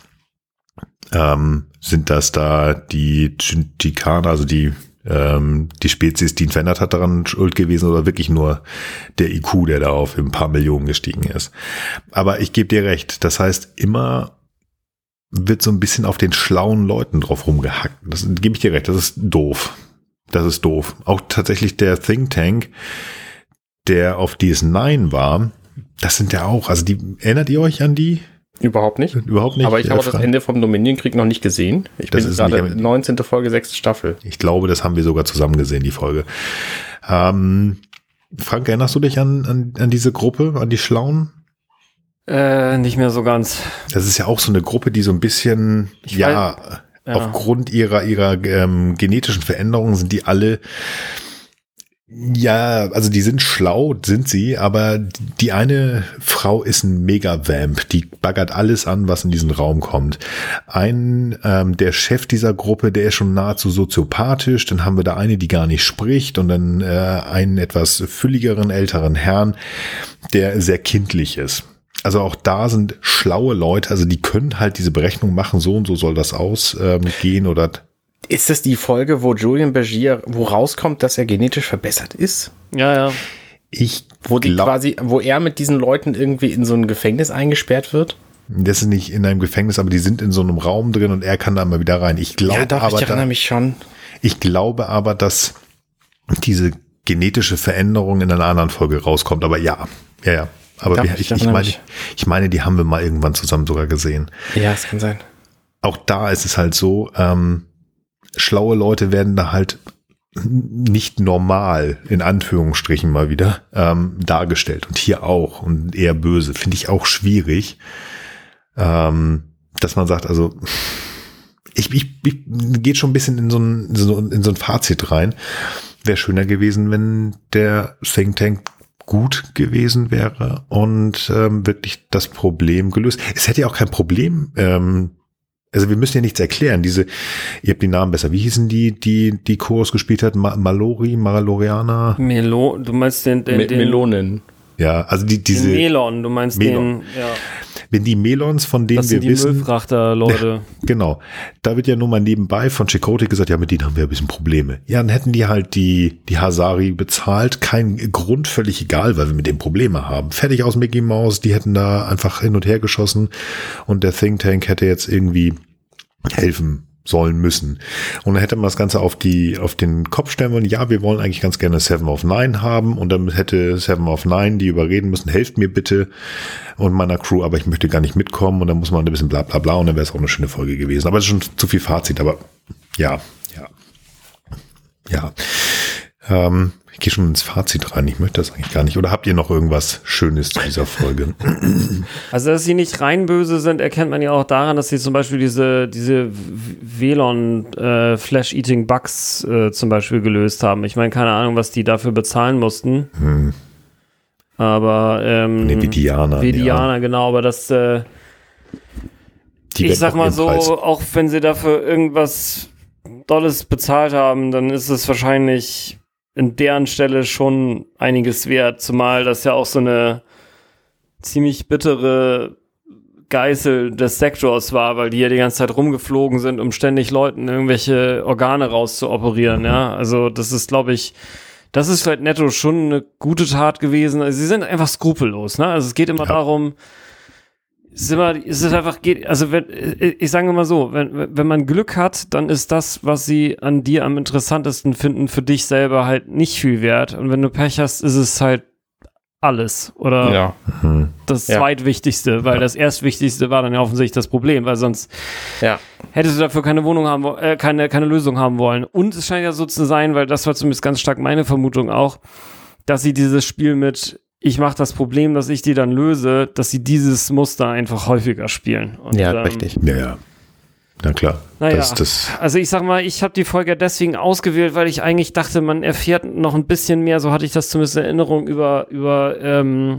ähm, sind das da die Chikaner, also die ähm, die Spezies, die ihn verändert hat, daran schuld gewesen oder wirklich nur der I Q, der da auf ein paar Millionen gestiegen ist. Aber ich gebe dir recht, das heißt, immer wird so ein bisschen auf den schlauen Leuten drauf rumgehackt. Das gebe ich dir recht, das ist doof. Das ist doof. Auch tatsächlich der Think Tank, der auf D S neun war, das sind ja auch, also die, erinnert ihr euch an die? Überhaupt nicht. Überhaupt nicht. Aber ich habe äh, das Ende vom Dominionkrieg noch nicht gesehen. Ich das bin ist gerade nicht, neunzehnte Folge, sechste Staffel. Ich glaube, das haben wir sogar zusammen gesehen, die Folge. Ähm, Frank, erinnerst du dich an, an, an diese Gruppe, an die Schlauen? Äh, nicht mehr so ganz. Das ist ja auch so eine Gruppe, die so ein bisschen, Ich ja, weiß, ja, aufgrund ihrer, ihrer ähm, genetischen Veränderungen sind die alle, ja, also die sind schlau, sind sie, aber die eine Frau ist ein Mega-Vamp, die baggert alles an, was in diesen Raum kommt. Ein, ähm, der Chef dieser Gruppe, der ist schon nahezu soziopathisch, dann haben wir da eine, die gar nicht spricht und dann äh, einen etwas fülligeren, älteren Herrn, der sehr kindlich ist. Also auch da sind schlaue Leute, also die können halt diese Berechnung machen, so und so soll das ausgehen ähm, oder... Ist das die Folge, wo Julian Bashir, wo rauskommt, dass er genetisch verbessert ist? Ja, ja. Ich Wo die glaub, quasi, wo er mit diesen Leuten irgendwie in so ein Gefängnis eingesperrt wird? das ist nicht in einem Gefängnis, aber die sind in so einem Raum drin und er kann da mal wieder rein. Ich glaube Ja, doch, aber, ich erinnere da, mich schon. ich glaube aber, dass diese genetische Veränderung in einer anderen Folge rauskommt. Aber ja, ja, ja. Aber Doch, wir, ich ich, ich erinnere meine, mich. ich meine, die haben wir mal irgendwann zusammen sogar gesehen. Ja, es kann sein. Auch da ist es halt so, ähm, schlaue Leute werden da halt nicht normal, in Anführungsstrichen mal wieder, ähm, dargestellt. Und hier auch. Und eher böse. Finde ich auch schwierig. Ähm, dass man sagt, also ich, ich, ich geht schon ein bisschen in so ein, so, in so ein Fazit rein. Wäre schöner gewesen, wenn der Think Tank gut gewesen wäre und ähm, wirklich das Problem gelöst. Es hätte ja auch kein Problem, ähm, also wir müssen ja nichts erklären. Diese, ihr habt die Namen besser. Wie hießen die, die die Koros gespielt hat? Ma- Mallory, Maloriana? Melo, du meinst den, den, Me- den, Melonen. Ja, also die diese. den Melon, du meinst Melon. den, ja. Wenn die Melons, von denen Das wir sind die wissen, Müllfrachter, Leute. genau, da wird ja nur mal nebenbei von Chakotay gesagt, ja, mit denen haben wir ein bisschen Probleme. Ja, dann hätten die halt die die Hasari bezahlt, kein Grund, völlig egal, weil wir mit dem Probleme haben. Fertig aus Mickey Mouse, die hätten da einfach hin und her geschossen und der Think Tank hätte jetzt irgendwie helfen sollen müssen. Und dann hätte man das Ganze auf die auf den Kopf stellen wollen, ja, wir wollen eigentlich ganz gerne Seven of Nine haben und dann hätte Seven of Nine die überreden müssen, helft mir bitte und meiner Crew, aber ich möchte gar nicht mitkommen und dann muss man ein bisschen bla bla bla und dann wäre es auch eine schöne Folge gewesen. Aber das ist schon zu viel Fazit, aber ja, ja, ja. Ähm, Ich gehe schon ins Fazit rein. Ich möchte das eigentlich gar nicht. Oder habt ihr noch irgendwas Schönes zu dieser Folge? Also, dass sie nicht rein böse sind, erkennt man ja auch daran, dass sie zum Beispiel diese, diese W L A N-Flash-Eating-Bugs äh, zum Beispiel gelöst haben. Ich meine, keine Ahnung, was die dafür bezahlen mussten. Hm. Aber, ähm. Nee, Vidiana. Vidiana, ja. Genau, aber das, äh, ich sag mal so, Preis. Auch wenn sie dafür irgendwas Dolles bezahlt haben, dann ist es wahrscheinlich in deren Stelle schon einiges wert, zumal das ja auch so eine ziemlich bittere Geißel des Sektors war, weil die ja die ganze Zeit rumgeflogen sind, um ständig Leuten irgendwelche Organe rauszuoperieren, ja, also das ist, glaube ich, das ist vielleicht netto schon eine gute Tat gewesen, also sie sind einfach skrupellos, ne, also es geht immer ja. darum, es ist immer, es ist einfach, geht, also wenn, ich sage mal so, wenn, wenn man Glück hat, dann ist das, was sie an dir am interessantesten finden, für dich selber halt nicht viel wert. Und wenn du Pech hast, ist es halt alles. Oder ja. das ja. Zweitwichtigste, weil ja. das Erstwichtigste war dann ja offensichtlich das Problem, weil sonst ja. hättest du dafür keine Wohnung haben, äh, keine, keine Lösung haben wollen. Und es scheint ja so zu sein, weil das war zumindest ganz stark meine Vermutung auch, dass sie dieses Spiel mit ich mache das Problem, dass ich die dann löse, dass sie dieses Muster einfach häufiger spielen. Und, ja, ähm, richtig. Ja, ja. Na klar. Naja, das, das also ich sag mal, ich habe die Folge deswegen ausgewählt, weil ich eigentlich dachte, man erfährt noch ein bisschen mehr, so hatte ich das zumindest in Erinnerung, über, über, ähm,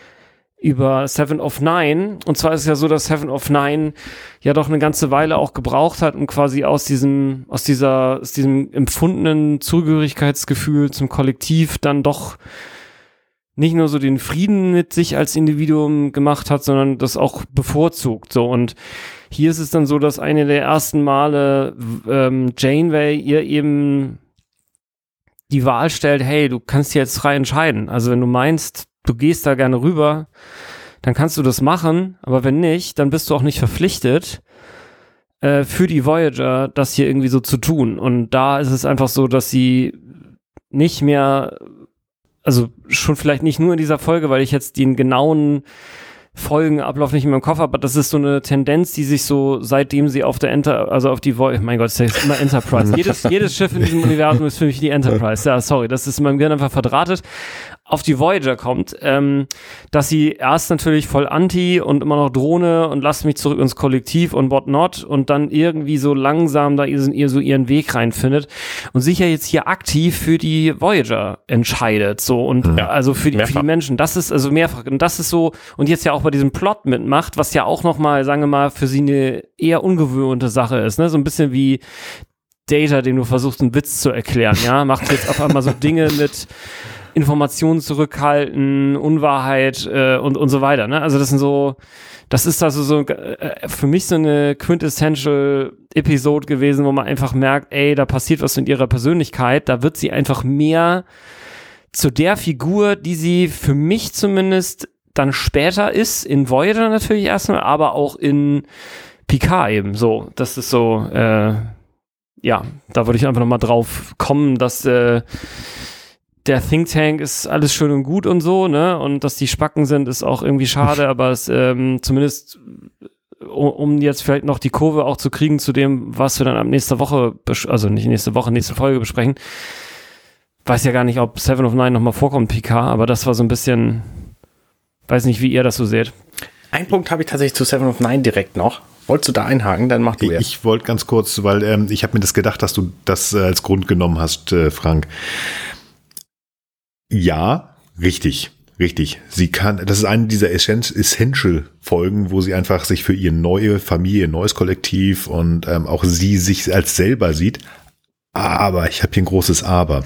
über Seven of Nine. Und zwar ist es ja so, dass Seven of Nine ja doch eine ganze Weile auch gebraucht hat, um quasi aus diesem, aus dieser, aus diesem empfundenen Zugehörigkeitsgefühl zum Kollektiv dann doch nicht nur so den Frieden mit sich als Individuum gemacht hat, sondern das auch bevorzugt. So, und hier ist es dann so, dass eine der ersten Male ähm, Janeway ihr eben die Wahl stellt, hey, du kannst dir jetzt frei entscheiden. Also wenn du meinst, du gehst da gerne rüber, dann kannst du das machen, aber wenn nicht, dann bist du auch nicht verpflichtet, äh, für die Voyager das hier irgendwie so zu tun. Und da ist es einfach so, dass sie nicht mehr, also schon vielleicht nicht nur in dieser Folge, weil ich jetzt den genauen Folgenablauf nicht mehr im Kopf habe, aber das ist so eine Tendenz, die sich so, seitdem sie auf der Enter, also auf die Voyager, mein Gott, das ist immer Enterprise. jedes, jedes Schiff in diesem Universum ist für mich die Enterprise. Ja, sorry, das ist in meinem Gehirn einfach verdrahtet. Auf die Voyager kommt, ähm, dass sie erst natürlich voll anti und immer noch Drohne und lasst mich zurück ins Kollektiv und whatnot und dann irgendwie so langsam da ihr, ihr so ihren Weg reinfindet und sich ja jetzt hier aktiv für die Voyager entscheidet, so und ja, also für die, für die Menschen. Das ist also mehrfach und das ist so und jetzt ja auch bei diesem Plot mitmacht, was ja auch nochmal, sagen wir mal, für sie eine eher ungewohnte Sache ist, ne, so ein bisschen wie Data, dem du versuchst, einen Witz zu erklären, ja, macht jetzt auf einmal so Dinge mit Informationen zurückhalten, Unwahrheit äh, und und so weiter, ne? Also das sind so, das ist also so äh, für mich so eine quintessential Episode gewesen, wo man einfach merkt, ey, da passiert was in ihrer Persönlichkeit, da wird sie einfach mehr zu der Figur, die sie für mich zumindest dann später ist, in Voyager natürlich erstmal, aber auch in Picard eben so. Das ist so, äh, ja, da würde ich einfach nochmal drauf kommen, dass äh, der Think Tank ist alles schön und gut und so, ne? Und dass die Spacken sind, ist auch irgendwie schade, aber es ähm, zumindest, um, um jetzt vielleicht noch die Kurve auch zu kriegen zu dem, was wir dann ab nächster Woche, bes- also nicht nächste Woche, nächste Folge besprechen. Weiß ja gar nicht, ob Seven of Nine nochmal vorkommt, Picard, aber das war so ein bisschen, weiß nicht, wie ihr das so seht. Ein Punkt habe ich tatsächlich zu Seven of Nine direkt noch. Wolltest du da einhaken? Dann mach du erst. Ich wollte ganz kurz, weil ähm, ich habe mir das gedacht, dass du das äh, als Grund genommen hast, äh, Frank. Ja, richtig, richtig. Sie kann, das ist eine dieser Essential-Folgen, wo sie einfach sich für ihre neue Familie, ein neues Kollektiv und ähm, auch sie sich als selber sieht. Aber ich habe hier ein großes Aber.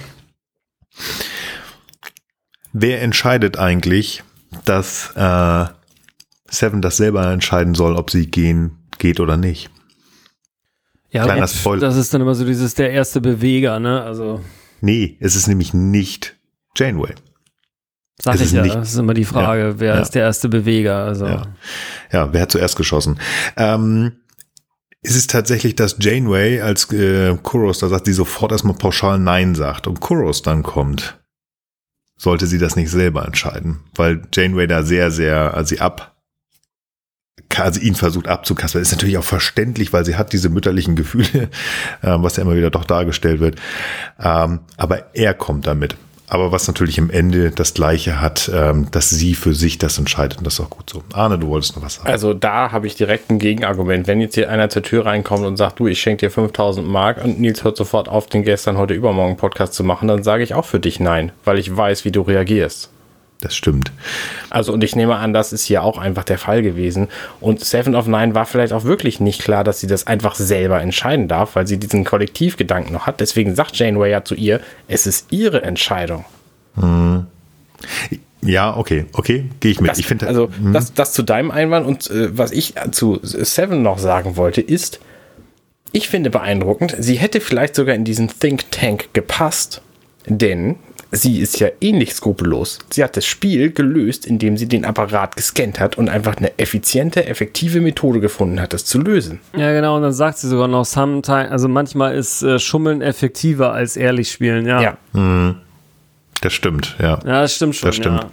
Wer entscheidet eigentlich, dass äh, Seven das selber entscheiden soll, ob sie gehen geht oder nicht? Ja, Kleiner das, Spoiler. das ist dann immer so dieses der erste Beweger, ne? Also Nee, es ist nämlich nicht Janeway. Sag es ich ist ja, nicht, das ist immer die Frage, ja, wer ja. ist der erste Beweger? Also Ja, ja, wer hat zuerst geschossen? Ähm, es ist tatsächlich, dass Janeway als äh, Kuros da sagt, die sofort erstmal pauschal Nein sagt und Kuros dann kommt, sollte sie das nicht selber entscheiden, weil Janeway da sehr, sehr, also sie ab, also ihn versucht abzukaspern. Ist natürlich auch verständlich, weil sie hat diese mütterlichen Gefühle, äh, was ja immer wieder doch dargestellt wird. Ähm, aber er kommt damit. aber was natürlich am Ende das Gleiche hat, ähm, dass sie für sich das entscheidet und das ist auch gut so. Arne, du wolltest noch was sagen. Also da habe ich direkt ein Gegenargument. Wenn jetzt hier einer zur Tür reinkommt und sagt, du, ich schenke dir fünftausend Mark und Nils hört sofort auf, den gestern, heute, übermorgen Podcast zu machen, dann sage ich auch für dich nein, weil ich weiß, wie du reagierst. Das stimmt. Also und ich nehme an, das ist hier auch einfach der Fall gewesen. Und Seven of Nine war vielleicht auch wirklich nicht klar, dass sie das einfach selber entscheiden darf, weil sie diesen Kollektivgedanken noch hat. Deswegen sagt Janeway ja zu ihr, es ist ihre Entscheidung. Hm. Ja, okay, okay, gehe ich mit. Das, ich finde, also hm. das, das zu deinem Einwand und äh, was ich zu Seven noch sagen wollte, ist, ich finde beeindruckend, sie hätte vielleicht sogar in diesen Think Tank gepasst, denn sie ist ja ähnlich skrupellos. Sie hat das Spiel gelöst, indem sie den Apparat gescannt hat und einfach eine effiziente, effektive Methode gefunden hat, das zu lösen. Ja, genau. Und dann sagt sie sogar noch, sometime, also manchmal ist äh, Schummeln effektiver als ehrlich spielen. Ja, Ja. Hm. Das stimmt, ja. ja das stimmt schon. Das stimmt.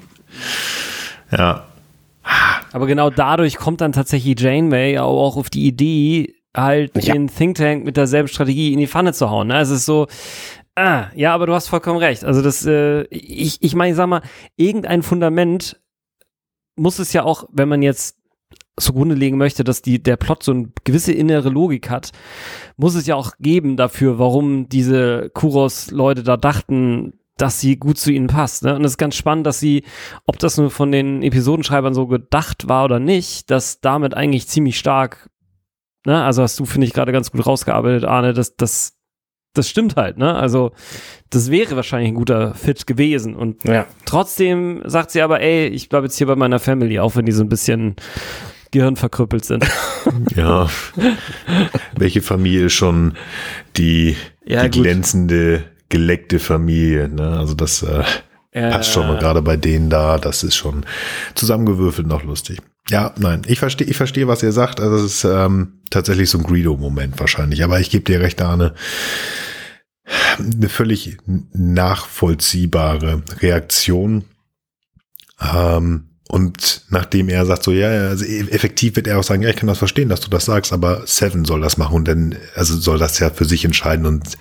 Ja. Ja. Aber genau dadurch kommt dann tatsächlich Janeway auch auf die Idee, halt Ja. den Think Tank mit derselben Strategie in die Pfanne zu hauen. Ne? Es ist so, ah, ja, aber du hast vollkommen recht. Also das, äh, ich, ich meine, ich sag mal, irgendein Fundament muss es ja auch, wenn man jetzt zugrunde legen möchte, dass die, der Plot so eine gewisse innere Logik hat, muss es ja auch geben dafür, warum diese Kuros-Leute da dachten, dass sie gut zu ihnen passt. Ne? Und es ist ganz spannend, dass sie, ob das nur von den Episodenschreibern so gedacht war oder nicht, dass damit eigentlich ziemlich stark, ne, also hast du, finde ich, gerade ganz gut rausgearbeitet, Arne, dass das das stimmt halt, ne? Also das wäre wahrscheinlich ein guter Fit gewesen und Ja. trotzdem sagt sie aber, ey, ich bleibe jetzt hier bei meiner Family, auch wenn die so ein bisschen gehirnverkrüppelt sind. Ja. Welche Familie ist schon die, Ja, die gut. glänzende, geleckte Familie, ne? Also das äh, Ja. passt schon und gerade bei denen da, das ist schon zusammengewürfelt noch lustig. Ja, nein, ich verstehe, ich verstehe, was ihr sagt. Also es ist ähm, tatsächlich so ein Greedo-Moment wahrscheinlich. Aber ich gebe dir recht, Arne. Eine völlig nachvollziehbare Reaktion. Ähm, und nachdem er sagt so, ja, also effektiv wird er auch sagen, ja, ich kann das verstehen, dass du das sagst, aber Seven soll das machen und dann, also soll das ja für sich entscheiden und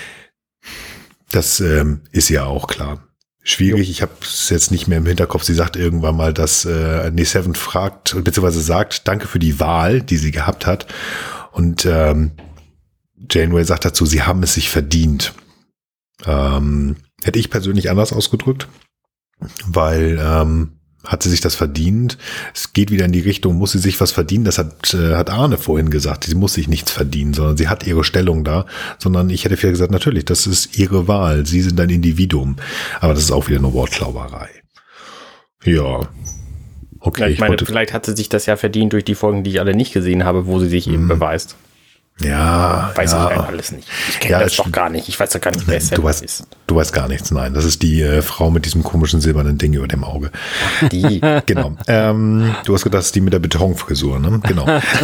das ähm, ist ja auch klar. Schwierig, ich habe es jetzt nicht mehr im Hinterkopf. Sie sagt irgendwann mal, dass äh, nee, Seven fragt, beziehungsweise sagt, danke für die Wahl, die sie gehabt hat. Und ähm, Janeway sagt dazu, sie haben es sich verdient. Ähm, hätte ich persönlich anders ausgedrückt, weil ähm, hat sie sich das verdient? Es geht wieder in die Richtung, muss sie sich was verdienen? Das hat, äh, hat Arne vorhin gesagt. Sie muss sich nichts verdienen, sondern sie hat ihre Stellung da. Sondern ich hätte viel gesagt, natürlich, das ist ihre Wahl. Sie sind ein Individuum. Aber das ist auch wieder eine Wortklauberei. Ja. Okay. Ja, ich meine, wollte, vielleicht hat sie sich das ja verdient durch die Folgen, die ich alle nicht gesehen habe, wo sie sich eben beweist. ja, Weiß ja. ich halt alles nicht. Ich kenne Ja, das das doch stimmt. gar nicht. Ich weiß doch gar nicht, wer Du Seven weißt, ist. du weißt gar nichts, nein. Das ist die äh, Frau mit diesem komischen silbernen Ding über dem Auge. Die. Genau. ähm, du hast gedacht, das ist die mit der Betonfrisur, ne? Genau.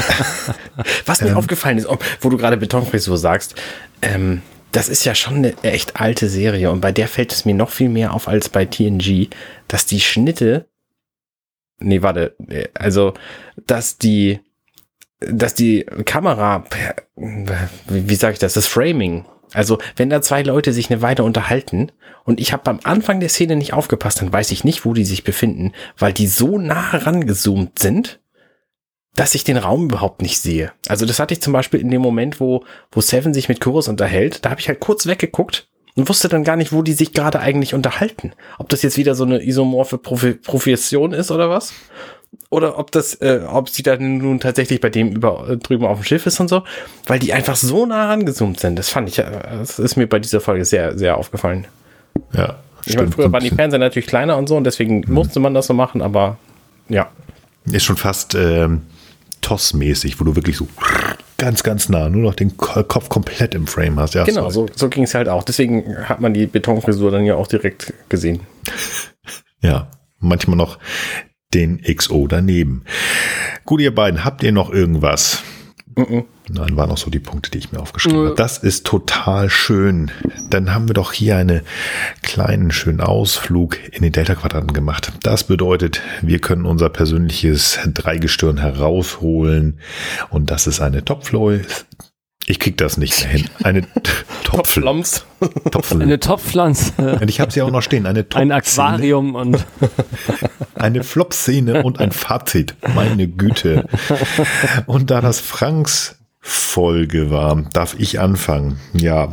Was mir aufgefallen ist, wo du gerade Betonfrisur sagst, ähm, das ist ja schon eine echt alte Serie und bei der fällt es mir noch viel mehr auf als bei T N G, dass die Schnitte, nee, warte, also, dass die, dass die Kamera, wie, wie sage ich das, das Framing, also wenn da zwei Leute sich eine Weile unterhalten und ich habe beim Anfang der Szene nicht aufgepasst, dann weiß ich nicht, wo die sich befinden, weil die so nah rangezoomt sind, dass ich den Raum überhaupt nicht sehe. Also das hatte ich zum Beispiel in dem Moment, wo, wo Seven sich mit Kuros unterhält, da habe ich halt kurz weggeguckt und wusste dann gar nicht, wo die sich gerade eigentlich unterhalten. Ob das jetzt wieder so eine isomorphe Profi- Profession ist oder was? Oder ob das, äh, ob sie da nun tatsächlich bei dem über äh, drüben auf dem Schiff ist und so, weil die einfach so nah rangezoomt sind. Das fand ich, äh, das ist mir bei dieser Folge sehr, sehr aufgefallen. Ja. Ich meine, früher waren die Fernseher natürlich kleiner und so und deswegen mhm. musste man das so machen, aber ja. Ist schon fast ähm, T O S-mäßig, wo du wirklich so ganz, ganz nah nur noch den Kopf komplett im Frame hast. Ja, genau, so, so ging es halt auch. Deswegen hat man die Betonfrisur dann ja auch direkt gesehen. Ja, manchmal noch den X O daneben. Gut, ihr beiden, habt ihr noch irgendwas? Mm-mm. Nein, waren auch so die Punkte, die ich mir aufgeschrieben habe. Das ist total schön. Dann haben wir doch hier einen kleinen, schönen Ausflug in den Delta-Quadranten gemacht. Das bedeutet, wir können unser persönliches Dreigestirn herausholen. Und das ist eine Topfloy, Ich krieg das nicht mehr hin. Eine Topfpflanze. Topfl- eine Topfpflanze. Und ich habe sie auch noch stehen. Eine Ein Aquarium und eine Flop-Szene und ein Fazit. Meine Güte. Und da das Franks Folge war, darf ich anfangen. Ja.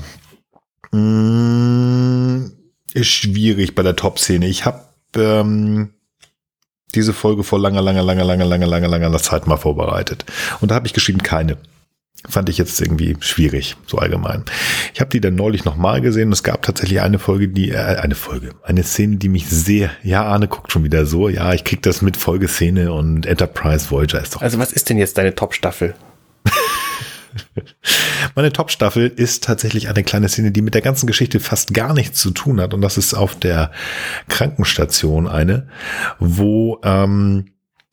Ist schwierig bei der Top-Szene. Ich habe ähm, diese Folge vor langer, langer, langer, langer, langer, langer, langer Zeit mal vorbereitet. Und da habe ich geschrieben, keine. Fand ich jetzt irgendwie schwierig, so allgemein. Ich habe die dann neulich nochmal gesehen und es gab tatsächlich eine Folge, die, äh, eine Folge, eine Szene, die mich sehr, ja, Arne guckt schon wieder so, ja, ich krieg das mit Folgeszene und Enterprise Voyager ist doch. Also was ist denn jetzt deine Top-Staffel? Meine Top-Staffel ist tatsächlich eine kleine Szene, die mit der ganzen Geschichte fast gar nichts zu tun hat und das ist auf der Krankenstation eine, wo ähm,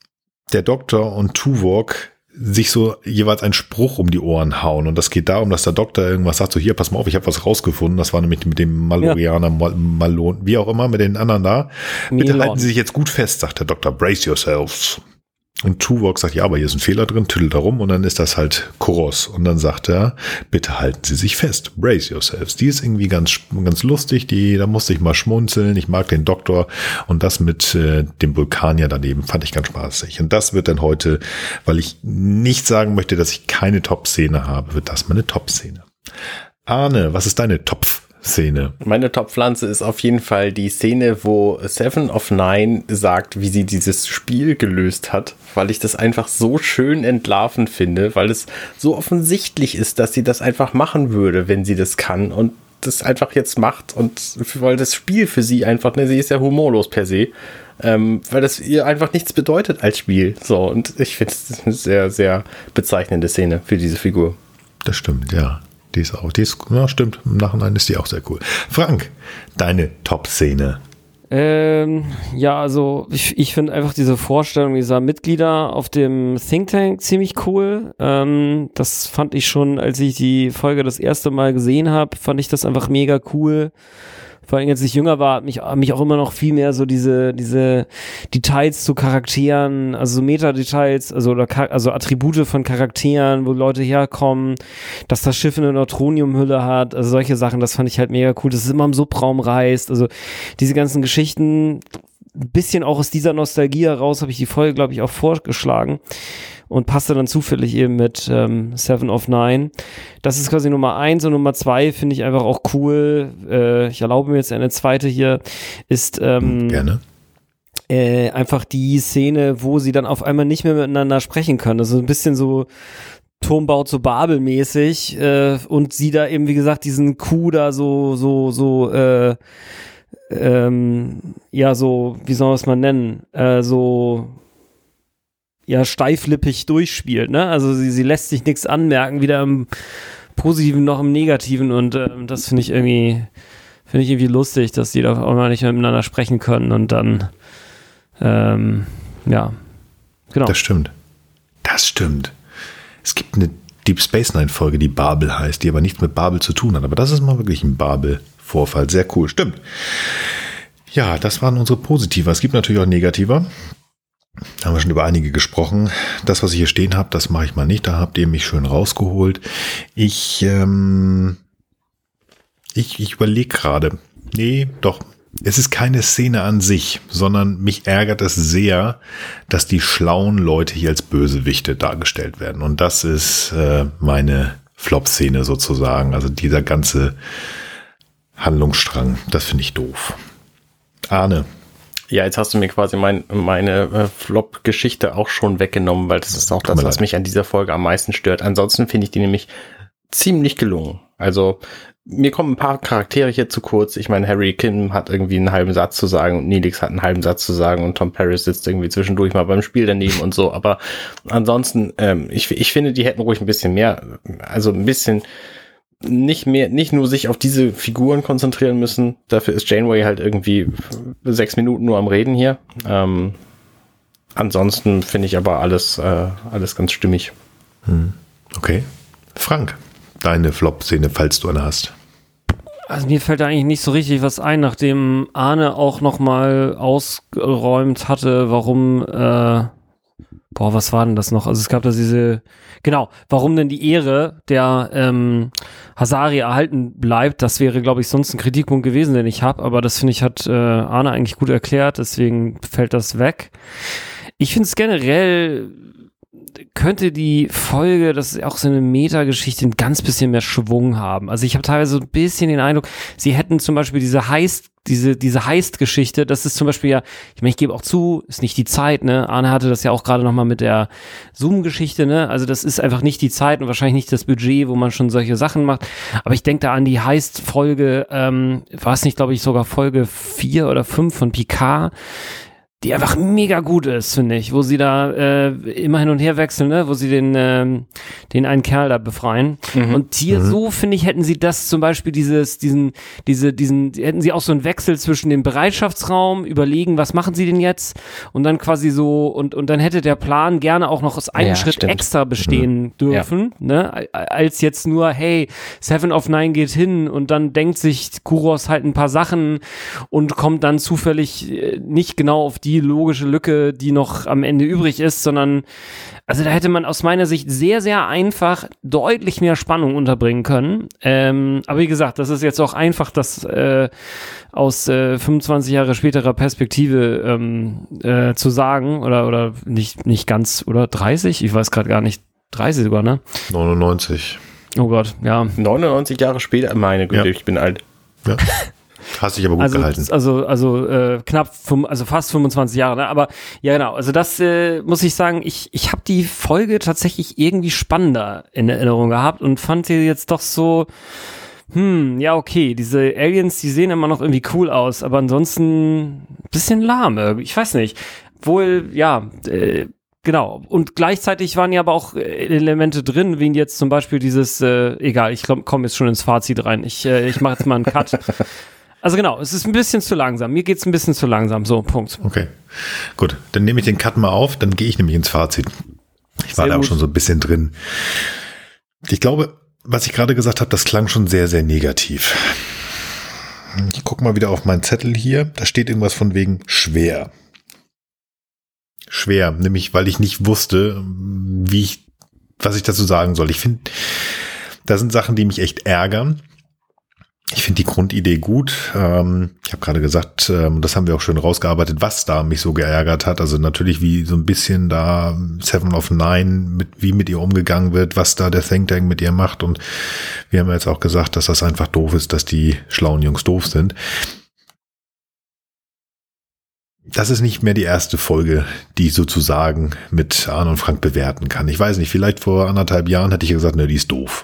der Doktor und Tuvok sich so jeweils einen Spruch um die Ohren hauen. Und das geht darum, dass der Doktor irgendwas sagt, so hier, pass mal auf, ich habe was rausgefunden. Das war nämlich mit dem Malorianer, ja. Mal, Malon, wie auch immer, mit den anderen da. Bitte Milon. Halten Sie sich jetzt gut fest, sagt der Doktor, brace yourselves. Und Tuvok sagt, ja, aber hier ist ein Fehler drin, tüttelt da rum und dann ist das halt Koros. Und dann sagt er, bitte halten Sie sich fest, brace yourselves. Die ist irgendwie ganz ganz lustig, die, da musste ich mal schmunzeln. Ich mag den Doktor und das mit äh, dem Vulkanier daneben fand ich ganz spaßig. Und das wird dann heute, weil ich nicht sagen möchte, dass ich keine Top-Szene habe, wird das meine Top-Szene. Arne, was ist deine Top-Szene? Meine Top-Pflanze ist auf jeden Fall die Szene, wo Seven of Nine sagt, wie sie dieses Spiel gelöst hat, weil ich das einfach so schön entlarven finde, weil es so offensichtlich ist, dass sie das einfach machen würde, wenn sie das kann und das einfach jetzt macht und weil das Spiel für sie einfach, ne, sie ist ja humorlos per se, ähm, weil das ihr einfach nichts bedeutet als Spiel. So, und ich finde es eine sehr, sehr bezeichnende Szene für diese Figur. Das stimmt, ja. Die ist auch, die ist, ja, stimmt, im Nachhinein ist die auch sehr cool. Frank, deine Top-Szene. Ähm, ja, also ich, ich finde einfach diese Vorstellung dieser Mitglieder auf dem Think Tank ziemlich cool. Ähm, das fand ich schon, als ich die Folge das erste Mal gesehen habe, fand ich das einfach mega cool. Vor allem, als ich jünger war, hat mich, mich auch immer noch viel mehr so diese, diese Details zu Charakteren, also so Metadetails, also, oder, also Attribute von Charakteren, wo Leute herkommen, dass das Schiff eine Neutroniumhülle hat, also solche Sachen, das fand ich halt mega cool, dass es immer im Subraum reist, also diese ganzen Geschichten, ein bisschen auch aus dieser Nostalgie heraus habe ich die Folge, glaube ich, auch vorgeschlagen. Und passte dann zufällig eben mit ähm, Seven of Nine. Das ist quasi Nummer eins und Nummer zwei finde ich einfach auch cool. Äh, ich erlaube mir jetzt eine zweite hier, ist ähm, Gerne. Äh, einfach die Szene, wo sie dann auf einmal nicht mehr miteinander sprechen können. Also ein bisschen so Turmbau zu Babel mäßig äh, und sie da eben, wie gesagt, diesen Coup da so, so, so, äh, ähm, ja, so, wie soll man es mal nennen, äh, so ja steiflippig durchspielt, ne? Also sie, sie lässt sich nichts anmerken, weder im Positiven noch im Negativen und ähm, das finde ich irgendwie finde ich irgendwie lustig, dass die da auch mal nicht mehr miteinander sprechen können und dann ähm, ja, genau. Das stimmt. Das stimmt. Es gibt eine Deep Space Nine Folge, die Babel heißt, die aber nichts mit Babel zu tun hat, aber das ist mal wirklich ein Babel-Vorfall. Sehr cool, stimmt. Ja, das waren unsere Positiver. Es gibt natürlich auch Negativer. Da haben wir schon über einige gesprochen. Das, was ich hier stehen habe, das mache ich mal nicht. Da habt ihr mich schön rausgeholt. Ich, ähm, ich, ich überlege gerade. Nee, doch. Es ist keine Szene an sich, sondern mich ärgert es sehr, dass die schlauen Leute hier als Bösewichte dargestellt werden. Und das ist äh, meine Flop-Szene sozusagen. Also dieser ganze Handlungsstrang, das finde ich doof. Arne. Ja, jetzt hast du mir quasi mein, meine äh, Flop-Geschichte auch schon weggenommen, weil das ist auch das, was mich an dieser Folge am meisten stört. Ansonsten finde ich die nämlich ziemlich gelungen. Also mir kommen ein paar Charaktere hier zu kurz. Ich meine, Harry Kim hat irgendwie einen halben Satz zu sagen und Neelix hat einen halben Satz zu sagen und Tom Paris sitzt irgendwie zwischendurch mal beim Spiel daneben und so. Aber ansonsten, ähm, ich, ich finde, die hätten ruhig ein bisschen mehr, also ein bisschen nicht mehr, nicht nur sich auf diese Figuren konzentrieren müssen. Dafür ist Janeway halt irgendwie sechs Minuten nur am Reden hier. Ähm, ansonsten finde ich aber alles, äh, alles ganz stimmig. Hm. Okay. Frank, deine Flop-Szene, falls du eine hast. Also mir fällt da eigentlich nicht so richtig was ein, nachdem Arne auch nochmal ausgeräumt hatte, warum äh, Boah, was war denn das noch? Also es gab da diese, genau, warum denn die Ehre der ähm, Hasari erhalten bleibt, das wäre, glaube ich, sonst ein Kritikpunkt gewesen, den ich habe, aber das finde ich, hat äh, Arne eigentlich gut erklärt, deswegen fällt das weg. Ich finde es generell, könnte die Folge, das ist auch so eine Metageschichte, ein ganz bisschen mehr Schwung haben. Also ich habe teilweise so ein bisschen den Eindruck, sie hätten zum Beispiel diese Heist, diese diese Heist-Geschichte, das ist zum Beispiel ja, ich meine, ich gebe auch zu, ist nicht die Zeit, ne? Arne hatte das ja auch gerade nochmal mit der Zoom-Geschichte, ne? Also das ist einfach nicht die Zeit und wahrscheinlich nicht das Budget, wo man schon solche Sachen macht. Aber ich denke da an die Heist-Folge, ähm, war es nicht, glaube ich, sogar Folge vier oder fünf von Picard, die einfach mega gut ist, finde ich, wo sie da äh, immer hin und her wechseln, ne, wo sie den ähm, den einen Kerl da befreien. Mhm. Und hier mhm. so, finde ich, hätten sie das zum Beispiel dieses, diesen, diese, diesen, hätten sie auch so einen Wechsel zwischen dem Bereitschaftsraum, überlegen, was machen sie denn jetzt? Und dann quasi so, und und dann hätte der Plan gerne auch noch aus einem ja, Schritt stimmt. extra bestehen mhm. dürfen, ja. ne, als jetzt nur, hey, Seven of Nine geht hin und dann denkt sich Kuros halt ein paar Sachen und kommt dann zufällig nicht genau auf die die logische Lücke, die noch am Ende übrig ist, sondern also da hätte man aus meiner Sicht sehr, sehr einfach deutlich mehr Spannung unterbringen können. Ähm, aber wie gesagt, das ist jetzt auch einfach, das äh, aus äh, fünfundzwanzig Jahre späterer Perspektive ähm, äh, zu sagen oder oder nicht nicht ganz, oder dreißig? Ich weiß gerade gar nicht, dreißig sogar, ne? neunundneunzig. Oh Gott, ja. neunundneunzig Jahre später, meine Güte, ja. Ich bin alt. Ja. Hast dich aber gut also, gehalten. Also, also äh, knapp, fünf, also fast fünfundzwanzig Jahre, ne? Aber ja genau, also das äh, muss ich sagen, ich, ich habe die Folge tatsächlich irgendwie spannender in Erinnerung gehabt und fand sie jetzt doch so, hm, ja okay, diese Aliens, die sehen immer noch irgendwie cool aus, aber ansonsten ein bisschen lahm irgendwie, ich weiß nicht. Wohl, ja, äh, genau. Und gleichzeitig waren ja aber auch Elemente drin, wie jetzt zum Beispiel dieses, äh, egal, ich komme jetzt schon ins Fazit rein. Ich, äh, ich mache jetzt mal einen Cut. Also genau, es ist ein bisschen zu langsam. Mir geht's ein bisschen zu langsam. So, Punkt. Okay, gut. Dann nehme ich den Cut mal auf, dann gehe ich nämlich ins Fazit. Ich war sehr da auch gut. Schon so ein bisschen drin. Ich glaube, was ich gerade gesagt habe, das klang schon sehr, sehr negativ. Ich gucke mal wieder auf meinen Zettel hier. Da steht irgendwas von wegen schwer. Schwer, nämlich weil ich nicht wusste, wie ich, was ich dazu sagen soll. Ich finde, da sind Sachen, die mich echt ärgern. Ich finde die Grundidee gut. Ähm, ich habe gerade gesagt, ähm, das haben wir auch schön rausgearbeitet, was da mich so geärgert hat. Also natürlich, wie so ein bisschen da Seven of Nine, mit, wie mit ihr umgegangen wird, was da der Think Tank mit ihr macht. Und wir haben ja jetzt auch gesagt, dass das einfach doof ist, dass die schlauen Jungs doof sind. Das ist nicht mehr die erste Folge, die ich sozusagen mit Arne und Frank bewerten kann. Ich weiß nicht, vielleicht vor anderthalb Jahren hätte ich gesagt, ne, die ist doof.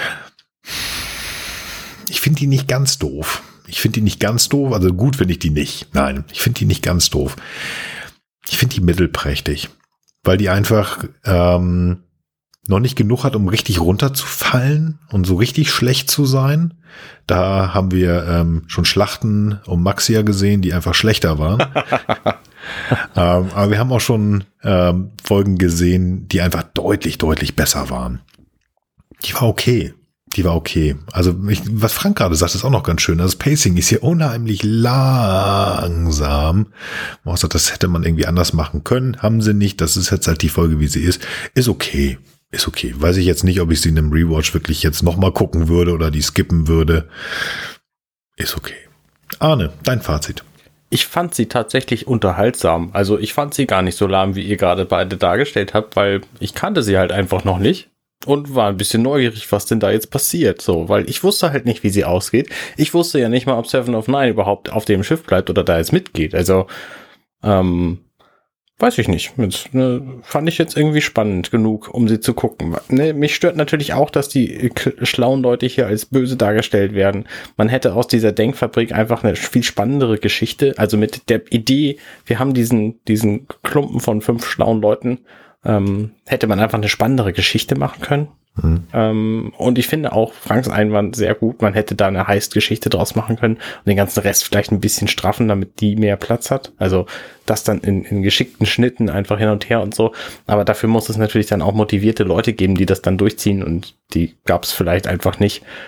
Ich finde die nicht ganz doof. Ich finde die nicht ganz doof, also gut finde ich die nicht. Nein, ich finde die nicht ganz doof. Ich finde die mittelprächtig, weil die einfach ähm, noch nicht genug hat, um richtig runterzufallen und so richtig schlecht zu sein. Da haben wir ähm, schon Schlachten um Maxia gesehen, die einfach schlechter waren. ähm, aber wir haben auch schon ähm, Folgen gesehen, die einfach deutlich, deutlich besser waren. Die war okay. Die war okay. Also ich, was Frank gerade sagt, ist auch noch ganz schön. Also das Pacing ist hier unheimlich langsam. Man sagt, das hätte man irgendwie anders machen können. Haben sie nicht. Das ist jetzt halt die Folge, wie sie ist. Ist okay. Ist okay. Weiß ich jetzt nicht, ob ich sie in einem Rewatch wirklich jetzt nochmal gucken würde oder die skippen würde. Ist okay. Arne, dein Fazit. Ich fand sie tatsächlich unterhaltsam. Also ich fand sie gar nicht so lahm, wie ihr gerade beide dargestellt habt, weil ich kannte sie halt einfach noch nicht. Und war ein bisschen neugierig, was denn da jetzt passiert, so, weil ich wusste halt nicht, wie sie ausgeht. Ich wusste ja nicht mal, ob Seven of Nine überhaupt auf dem Schiff bleibt oder da jetzt mitgeht. Also, ähm, weiß ich nicht. Das, ne, fand ich jetzt irgendwie spannend genug, um sie zu gucken. Ne, mich stört natürlich auch, dass die schlauen Leute hier als böse dargestellt werden. Man hätte aus dieser Denkfabrik einfach eine viel spannendere Geschichte, also mit der Idee, wir haben diesen, diesen Klumpen von fünf schlauen Leuten, Ähm, hätte man einfach eine spannendere Geschichte machen können. Mhm. Ähm, und ich finde auch Franks Einwand sehr gut. Man hätte da eine Heist-Geschichte draus machen können und den ganzen Rest vielleicht ein bisschen straffen, damit die mehr Platz hat. Also das dann in, in geschickten Schnitten einfach hin und her und so. Aber dafür muss es natürlich dann auch motivierte Leute geben, die das dann durchziehen und die gab es vielleicht einfach nicht.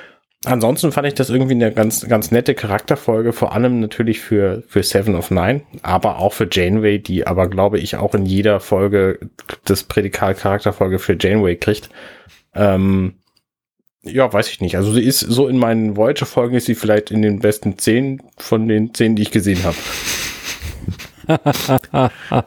Ansonsten fand ich das irgendwie eine ganz, ganz nette Charakterfolge, vor allem natürlich für, für Seven of Nine, aber auch für Janeway, die aber, glaube ich, auch in jeder Folge das Prädikat Charakterfolge für Janeway kriegt. Ähm, ja, weiß ich nicht. Also sie ist so in meinen Voyager-Folgen ist sie vielleicht in den besten zehn von den zehn, die ich gesehen habe.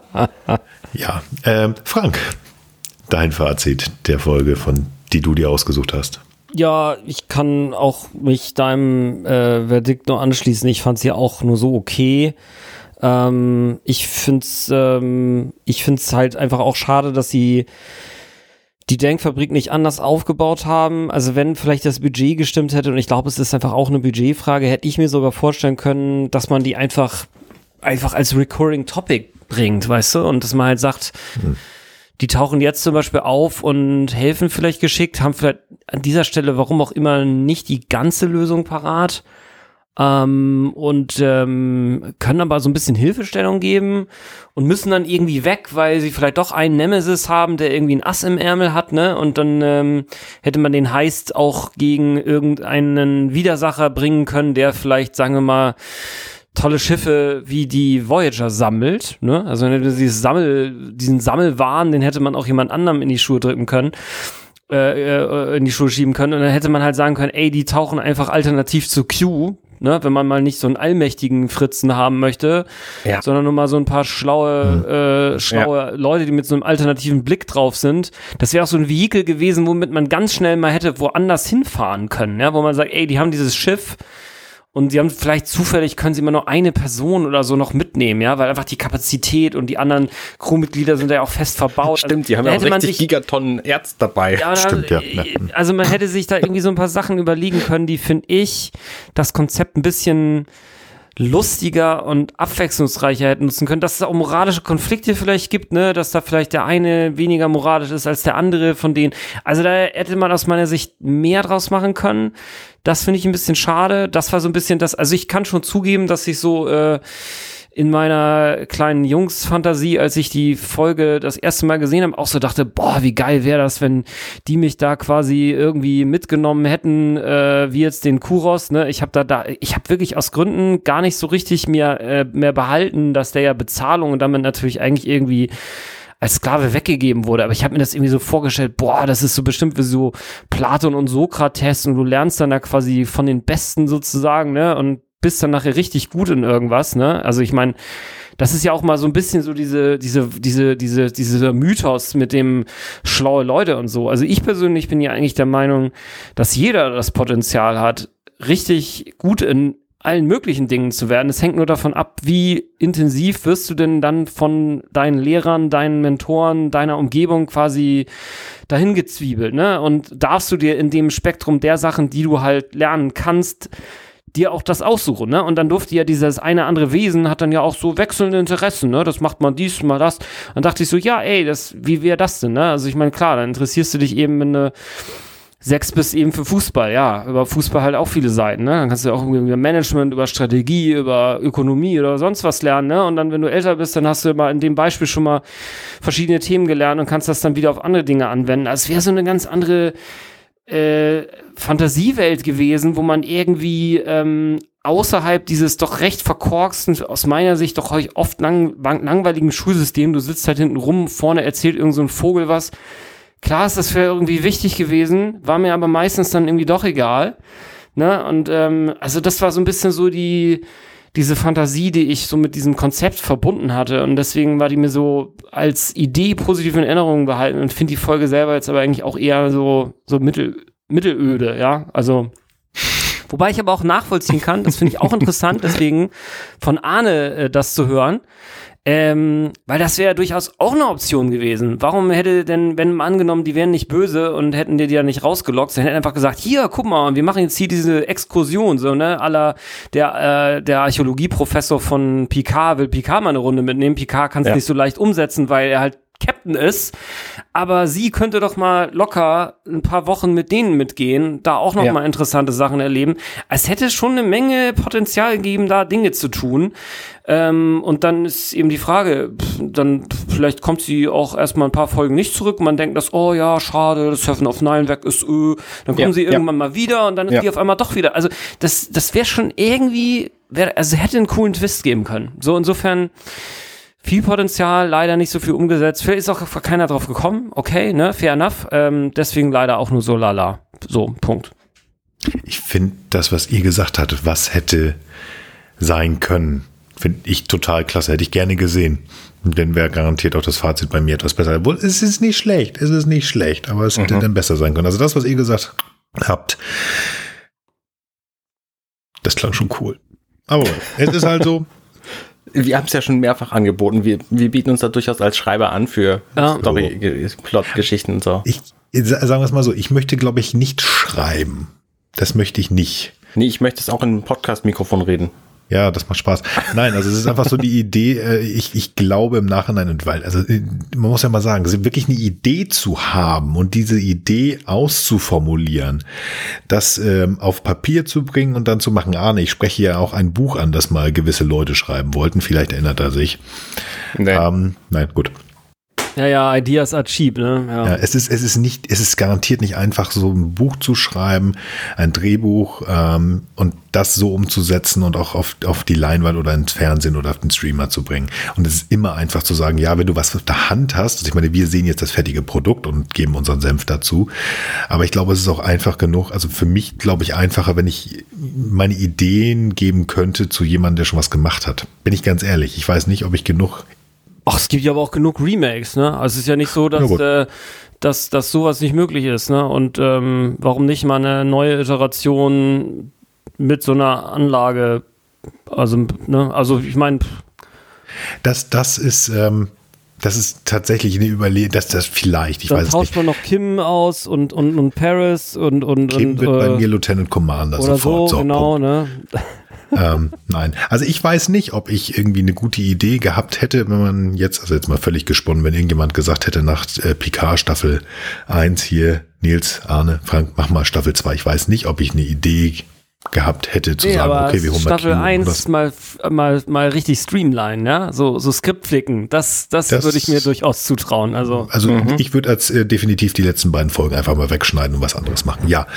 Ja, ähm, Frank, dein Fazit der Folge, von die du dir ausgesucht hast. Ja, ich kann auch mich deinem äh, Verdikt nur anschließen. Ich fand sie auch nur so okay. Ähm, ich find's, ähm, ich find's halt einfach auch schade, dass sie die Denkfabrik nicht anders aufgebaut haben. Also wenn vielleicht das Budget gestimmt hätte, und ich glaube, es ist einfach auch eine Budgetfrage, hätte ich mir sogar vorstellen können, dass man die einfach einfach als Recurring Topic bringt, weißt du? Und dass man halt sagt, hm. die tauchen jetzt zum Beispiel auf und helfen vielleicht geschickt, haben vielleicht an dieser Stelle, warum auch immer, nicht die ganze Lösung parat ähm, und ähm, können aber so ein bisschen Hilfestellung geben und müssen dann irgendwie weg, weil sie vielleicht doch einen Nemesis haben, der irgendwie ein Ass im Ärmel hat, ne? Und dann ähm, hätte man den Heist auch gegen irgendeinen Widersacher bringen können, der vielleicht, sagen wir mal, tolle Schiffe wie die Voyager sammelt, ne? Also dieses Sammel, diesen Sammelwahn, den hätte man auch jemand anderem in die Schuhe drücken können, äh, in die Schuhe schieben können, und dann hätte man halt sagen können, ey, die tauchen einfach alternativ zu Q, ne? Wenn man mal nicht so einen allmächtigen Fritzen haben möchte, ja. sondern nur mal so ein paar schlaue, hm. äh, schlaue ja. Leute, die mit so einem alternativen Blick drauf sind. Das wäre auch so ein Vehikel gewesen, womit man ganz schnell mal hätte woanders hinfahren können, ja? Wo man sagt, ey, die haben dieses Schiff, und sie haben vielleicht zufällig, können sie immer nur eine Person oder so noch mitnehmen, ja, weil einfach die Kapazität und die anderen Crewmitglieder sind ja auch fest verbaut. Stimmt, die haben ja auch sechzig Gigatonnen Erz dabei. Ja, da, Stimmt, ja. Also man hätte sich da irgendwie so ein paar Sachen überlegen können, die, finde ich, das Konzept ein bisschen lustiger und abwechslungsreicher hätten nutzen können, dass es auch moralische Konflikte vielleicht gibt, ne, dass da vielleicht der eine weniger moralisch ist als der andere von denen. Also da hätte man aus meiner Sicht mehr draus machen können. Das finde ich ein bisschen schade. Das war so ein bisschen das, also ich kann schon zugeben, dass ich so äh, in meiner kleinen Jungs-Fantasie, als ich die Folge das erste Mal gesehen habe, auch so dachte, boah, wie geil wäre das, wenn die mich da quasi irgendwie mitgenommen hätten, äh, wie jetzt den Kuros, ne? Ich habe da, da, ich habe wirklich aus Gründen gar nicht so richtig mehr, äh, mehr behalten, dass der ja Bezahlung und damit natürlich eigentlich irgendwie als Sklave weggegeben wurde, aber ich habe mir das irgendwie so vorgestellt, boah, das ist so bestimmt wie so Platon und Sokrates und du lernst dann da quasi von den Besten sozusagen, ne, und bist dann nachher richtig gut in irgendwas, ne? Also ich meine, das ist ja auch mal so ein bisschen so diese, diese, diese, diese, dieser Mythos mit dem schlaue Leute und so. Also ich persönlich bin ja eigentlich der Meinung, dass jeder das Potenzial hat, richtig gut in allen möglichen Dingen zu werden. Es hängt nur davon ab, wie intensiv wirst du denn dann von deinen Lehrern, deinen Mentoren, deiner Umgebung quasi dahin gezwiebelt, ne? Und darfst du dir in dem Spektrum der Sachen, die du halt lernen kannst, dir auch das aussuchen, ne? Und dann durfte ja dieses eine andere Wesen, hat dann ja auch so wechselnde Interessen, ne? Das macht man dies, mal das. Dann dachte ich so, ja, ey, das, wie wäre das denn, ne? Also ich meine, klar, dann interessierst du dich eben, wenn du sechs bist eben für Fußball, ja, über Fußball halt auch viele Seiten, ne? Dann kannst du ja auch über Management, über Strategie, über Ökonomie oder sonst was lernen, ne? Und dann, wenn du älter bist, dann hast du mal in dem Beispiel schon mal verschiedene Themen gelernt und kannst das dann wieder auf andere Dinge anwenden. Also es wäre so eine ganz andere Äh, Fantasiewelt gewesen, wo man irgendwie ähm, außerhalb dieses doch recht verkorksten, aus meiner Sicht doch oft lang, langweiligen Schulsystem, du sitzt halt hinten rum, vorne erzählt irgend so ein Vogel was. Klar ist das für irgendwie wichtig gewesen, war mir aber meistens dann irgendwie doch egal, ne? Und ähm, also das war so ein bisschen so die diese Fantasie, die ich so mit diesem Konzept verbunden hatte, und deswegen war die mir so als Idee positiv in Erinnerung behalten und finde die Folge selber jetzt aber eigentlich auch eher so so mittel, mittelöde, ja, also wobei ich aber auch nachvollziehen kann, das finde ich auch interessant, deswegen von Arne äh, das zu hören, ähm, weil das wäre durchaus auch eine Option gewesen. Warum hätte denn, wenn man angenommen, die wären nicht böse und hätten dir die ja nicht rausgelockt, dann hätten einfach gesagt, hier, guck mal, wir machen jetzt hier diese Exkursion, so, ne, à la der, äh, der Archäologieprofessor von Picard will Picard mal eine Runde mitnehmen. Picard kann es ja. nicht so leicht umsetzen, weil er halt Captain ist, aber sie könnte doch mal locker ein paar Wochen mit denen mitgehen, da auch noch Ja. mal interessante Sachen erleben. Es hätte schon eine Menge Potenzial gegeben, da Dinge zu tun. Ähm, und dann ist eben die Frage, pff, dann vielleicht kommt sie auch erstmal ein paar Folgen nicht zurück. Man denkt, dass, oh ja, schade, das Seven of Nine weg ist, öh. Dann kommen Ja, sie ja. irgendwann mal wieder und dann ist Ja. die auf einmal doch wieder. Also das, das wäre schon irgendwie, wär, also hätte einen coolen Twist geben können. So insofern viel Potenzial, leider nicht so viel umgesetzt. Vielleicht ist auch keiner drauf gekommen. Okay, ne, fair enough. Ähm, deswegen leider auch nur so lala. So, Punkt. Ich finde das, was ihr gesagt hattet, was hätte sein können, finde ich total klasse. Hätte ich gerne gesehen. Dann wäre garantiert auch das Fazit bei mir etwas besser. Wohl, es ist nicht schlecht, es ist nicht schlecht, aber es hätte Mhm. dann besser sein können. Also das, was ihr gesagt habt, das klang schon cool. Aber es ist halt so, Wir haben es ja schon mehrfach angeboten. Wir, wir bieten uns da durchaus als Schreiber an für Ja. Story, Plot-Geschichten und so. ich, sagen wir es mal so, ich möchte, glaube ich, nicht schreiben. Das möchte ich nicht. Nee, ich möchte es auch in einem Podcast-Mikrofon reden. Ja, das macht Spaß. Nein, also es ist einfach so die Idee, äh, ich, ich glaube im Nachhinein, und weil, also äh, man muss ja mal sagen, wirklich eine Idee zu haben und diese Idee auszuformulieren, das ähm, auf Papier zu bringen und dann zu machen. Arne, ich spreche ja auch ein Buch an, das mal gewisse Leute schreiben wollten. Vielleicht erinnert er sich. Nee. Ähm, nein, gut. Ja, ja, Ideas are cheap, ne? Ja. Ja, es ist, es ist nicht, es ist garantiert nicht einfach, so ein Buch zu schreiben, ein Drehbuch ähm, und das so umzusetzen und auch auf, auf die Leinwand oder ins Fernsehen oder auf den Streamer zu bringen. Und es ist immer einfach zu sagen, ja, wenn du was auf der Hand hast, also ich meine, wir sehen jetzt das fertige Produkt und geben unseren Senf dazu, aber ich glaube, es ist auch einfach genug, also für mich, glaube ich, einfacher, wenn ich meine Ideen geben könnte zu jemandem, der schon was gemacht hat. Bin ich ganz ehrlich, ich weiß nicht, ob ich genug Ach, es gibt ja aber auch genug Remakes, ne? Also es ist ja nicht so, dass, Ja, gut. äh, dass, dass sowas nicht möglich ist, ne? Und ähm, warum nicht mal eine neue Iteration mit so einer Anlage? Also, ne? Also ich meine, Das, das ist, ähm, das ist tatsächlich eine Überlegung, dass das vielleicht, ich dann weiß es tauscht nicht. man noch Kim aus und, und, und Paris und, und, Kim und wird bei äh, mir Lieutenant Commander oder sofort. so, So, genau, Punkt. ne? ähm, nein, also ich weiß nicht, ob ich irgendwie eine gute Idee gehabt hätte, wenn man jetzt, also jetzt mal völlig gesponnen, wenn irgendjemand gesagt hätte nach äh, Picard Staffel eins hier, Nils, Arne, Frank, mach mal Staffel zwei. Ich weiß nicht, ob ich eine Idee gehabt hätte zu Nee, sagen, aber okay, wir holen mal Staffel Q und eins was. mal, mal, mal richtig streamline, ja? So, so Skriptflicken, das, das, Das- würde ich mir durchaus zutrauen. Also, Also ich würde als äh, definitiv die letzten beiden Folgen einfach mal wegschneiden und was anderes machen. Ja.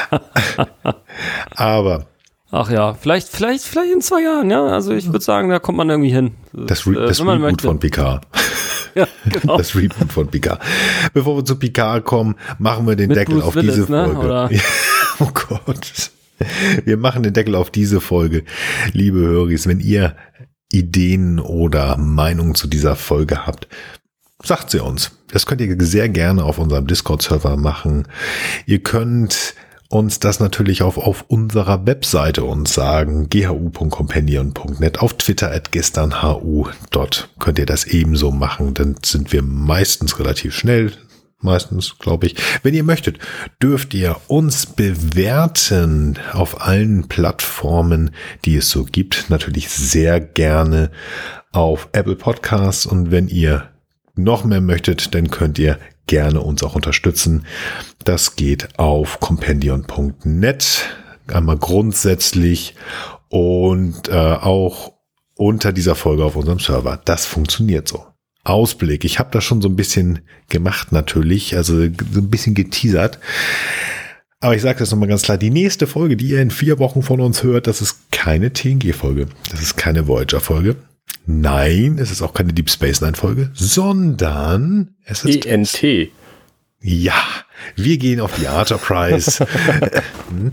Aber ach ja, vielleicht, vielleicht, vielleicht in zwei Jahren, ja. Also ich würde sagen, da kommt man irgendwie hin. das, Re äh, das wenn man Reboot möchte. von Picard. Ja, genau. Das Reboot von Picard. Bevor wir zu Picard kommen, machen wir den Mit Deckel Bruce auf Willis, diese ne? Folge. Oder? Oh Gott. Wir machen den Deckel auf diese Folge. Liebe Höris, wenn ihr Ideen oder Meinungen zu dieser Folge habt, sagt sie uns. Das könnt ihr sehr gerne auf unserem Discord-Server machen. Ihr könnt uns das natürlich auch auf unserer Webseite uns sagen, g h u punkt companion punkt net, auf Twitter at gesternhu. Dort könnt ihr das ebenso machen, dann sind wir meistens relativ schnell. Meistens, glaube ich. Wenn ihr möchtet, dürft ihr uns bewerten auf allen Plattformen, die es so gibt. Natürlich sehr gerne auf Apple Podcasts. Und wenn ihr noch mehr möchtet, dann könnt ihr gerne uns auch unterstützen. Das geht auf compendion punkt net. Einmal grundsätzlich und äh, auch unter dieser Folge auf unserem Server. Das funktioniert so. Ausblick. Ich habe das schon so ein bisschen gemacht natürlich, also so ein bisschen geteasert. Aber ich sage das nochmal ganz klar, die nächste Folge, die ihr in vier Wochen von uns hört, das ist keine T N G-Folge, das ist keine Voyager-Folge. Nein, es ist auch keine Deep Space Nine-Folge, sondern es ist... E N T. Ja, wir gehen auf die Enterprise. Hm?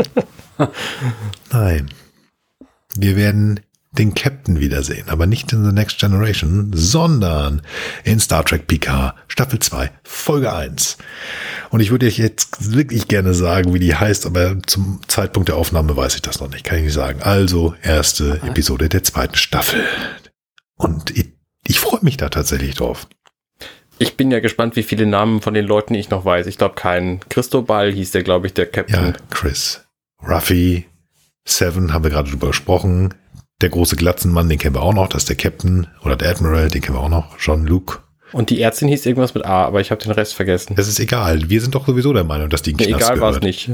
Nein, wir werden den Captain wiedersehen, aber nicht in The Next Generation, sondern in Star Trek Picard, Staffel zwei, Folge eins. Und ich würde euch jetzt wirklich gerne sagen, wie die heißt, aber zum Zeitpunkt der Aufnahme weiß ich das noch nicht, kann ich nicht sagen. Also, erste Episode der zweiten Staffel. Und ich, ich freue mich da tatsächlich drauf. Ich bin ja gespannt, wie viele Namen von den Leuten ich noch weiß. Ich glaube, kein Cristobal hieß der, glaube ich, der Captain. Ja, Chris, Ruffy, Seven haben wir gerade drüber gesprochen. Der große Glatzenmann, den kennen wir auch noch, das ist der Captain oder der Admiral, den kennen wir auch noch, Jean-Luc. Und die Ärztin hieß irgendwas mit A, aber ich habe den Rest vergessen. Das ist egal. Wir sind doch sowieso der Meinung, dass die einen Nee, Knast egal war es gehört. nicht.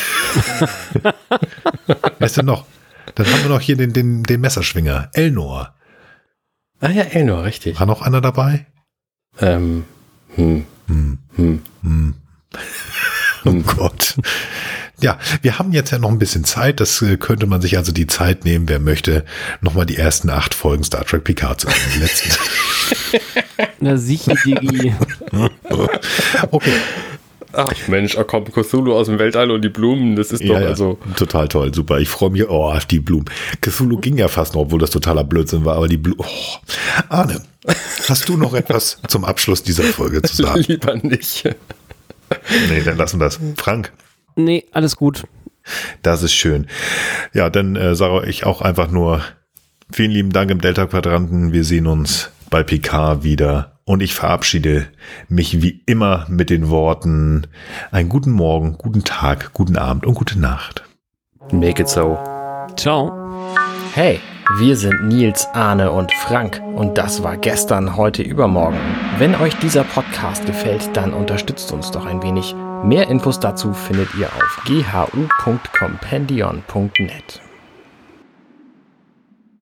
Wer ist denn noch? Dann haben wir noch hier den, den, den Messerschwinger. Elnor. Ah ja, Elnor, richtig. War noch einer dabei? Ähm, hm, Hm. hm. Hm. Oh Gott. Ja, wir haben jetzt ja noch ein bisschen Zeit. Das äh, könnte man sich also die Zeit nehmen, wer möchte, nochmal die ersten acht Folgen Star Trek Picard zu sehen. Die letzten. Na sicher, Digi. Okay. Ach Mensch, oh komm, Cthulhu aus dem Weltall und die Blumen, das ist doch Ja, ja. also... Total toll, super. Ich freue mich. Oh, die Blumen. Cthulhu ging ja fast noch, obwohl das totaler Blödsinn war, aber die Blumen. Oh. Arne, hast du noch etwas zum Abschluss dieser Folge zu sagen? Lieber nicht. Nee, dann lassen wir das. Frank? Nee, alles gut. Das ist schön. Ja, dann äh, sage ich auch einfach nur vielen lieben Dank im Delta-Quadranten. Wir sehen uns bei Picard wieder. Und ich verabschiede mich wie immer mit den Worten: einen guten Morgen, guten Tag, guten Abend und gute Nacht. Make it so. Ciao. Hey, wir sind Nils, Arne und Frank und das war gestern, heute, übermorgen. Wenn euch dieser Podcast gefällt, dann unterstützt uns doch ein wenig. Mehr Infos dazu findet ihr auf g h u punkt compendion punkt net.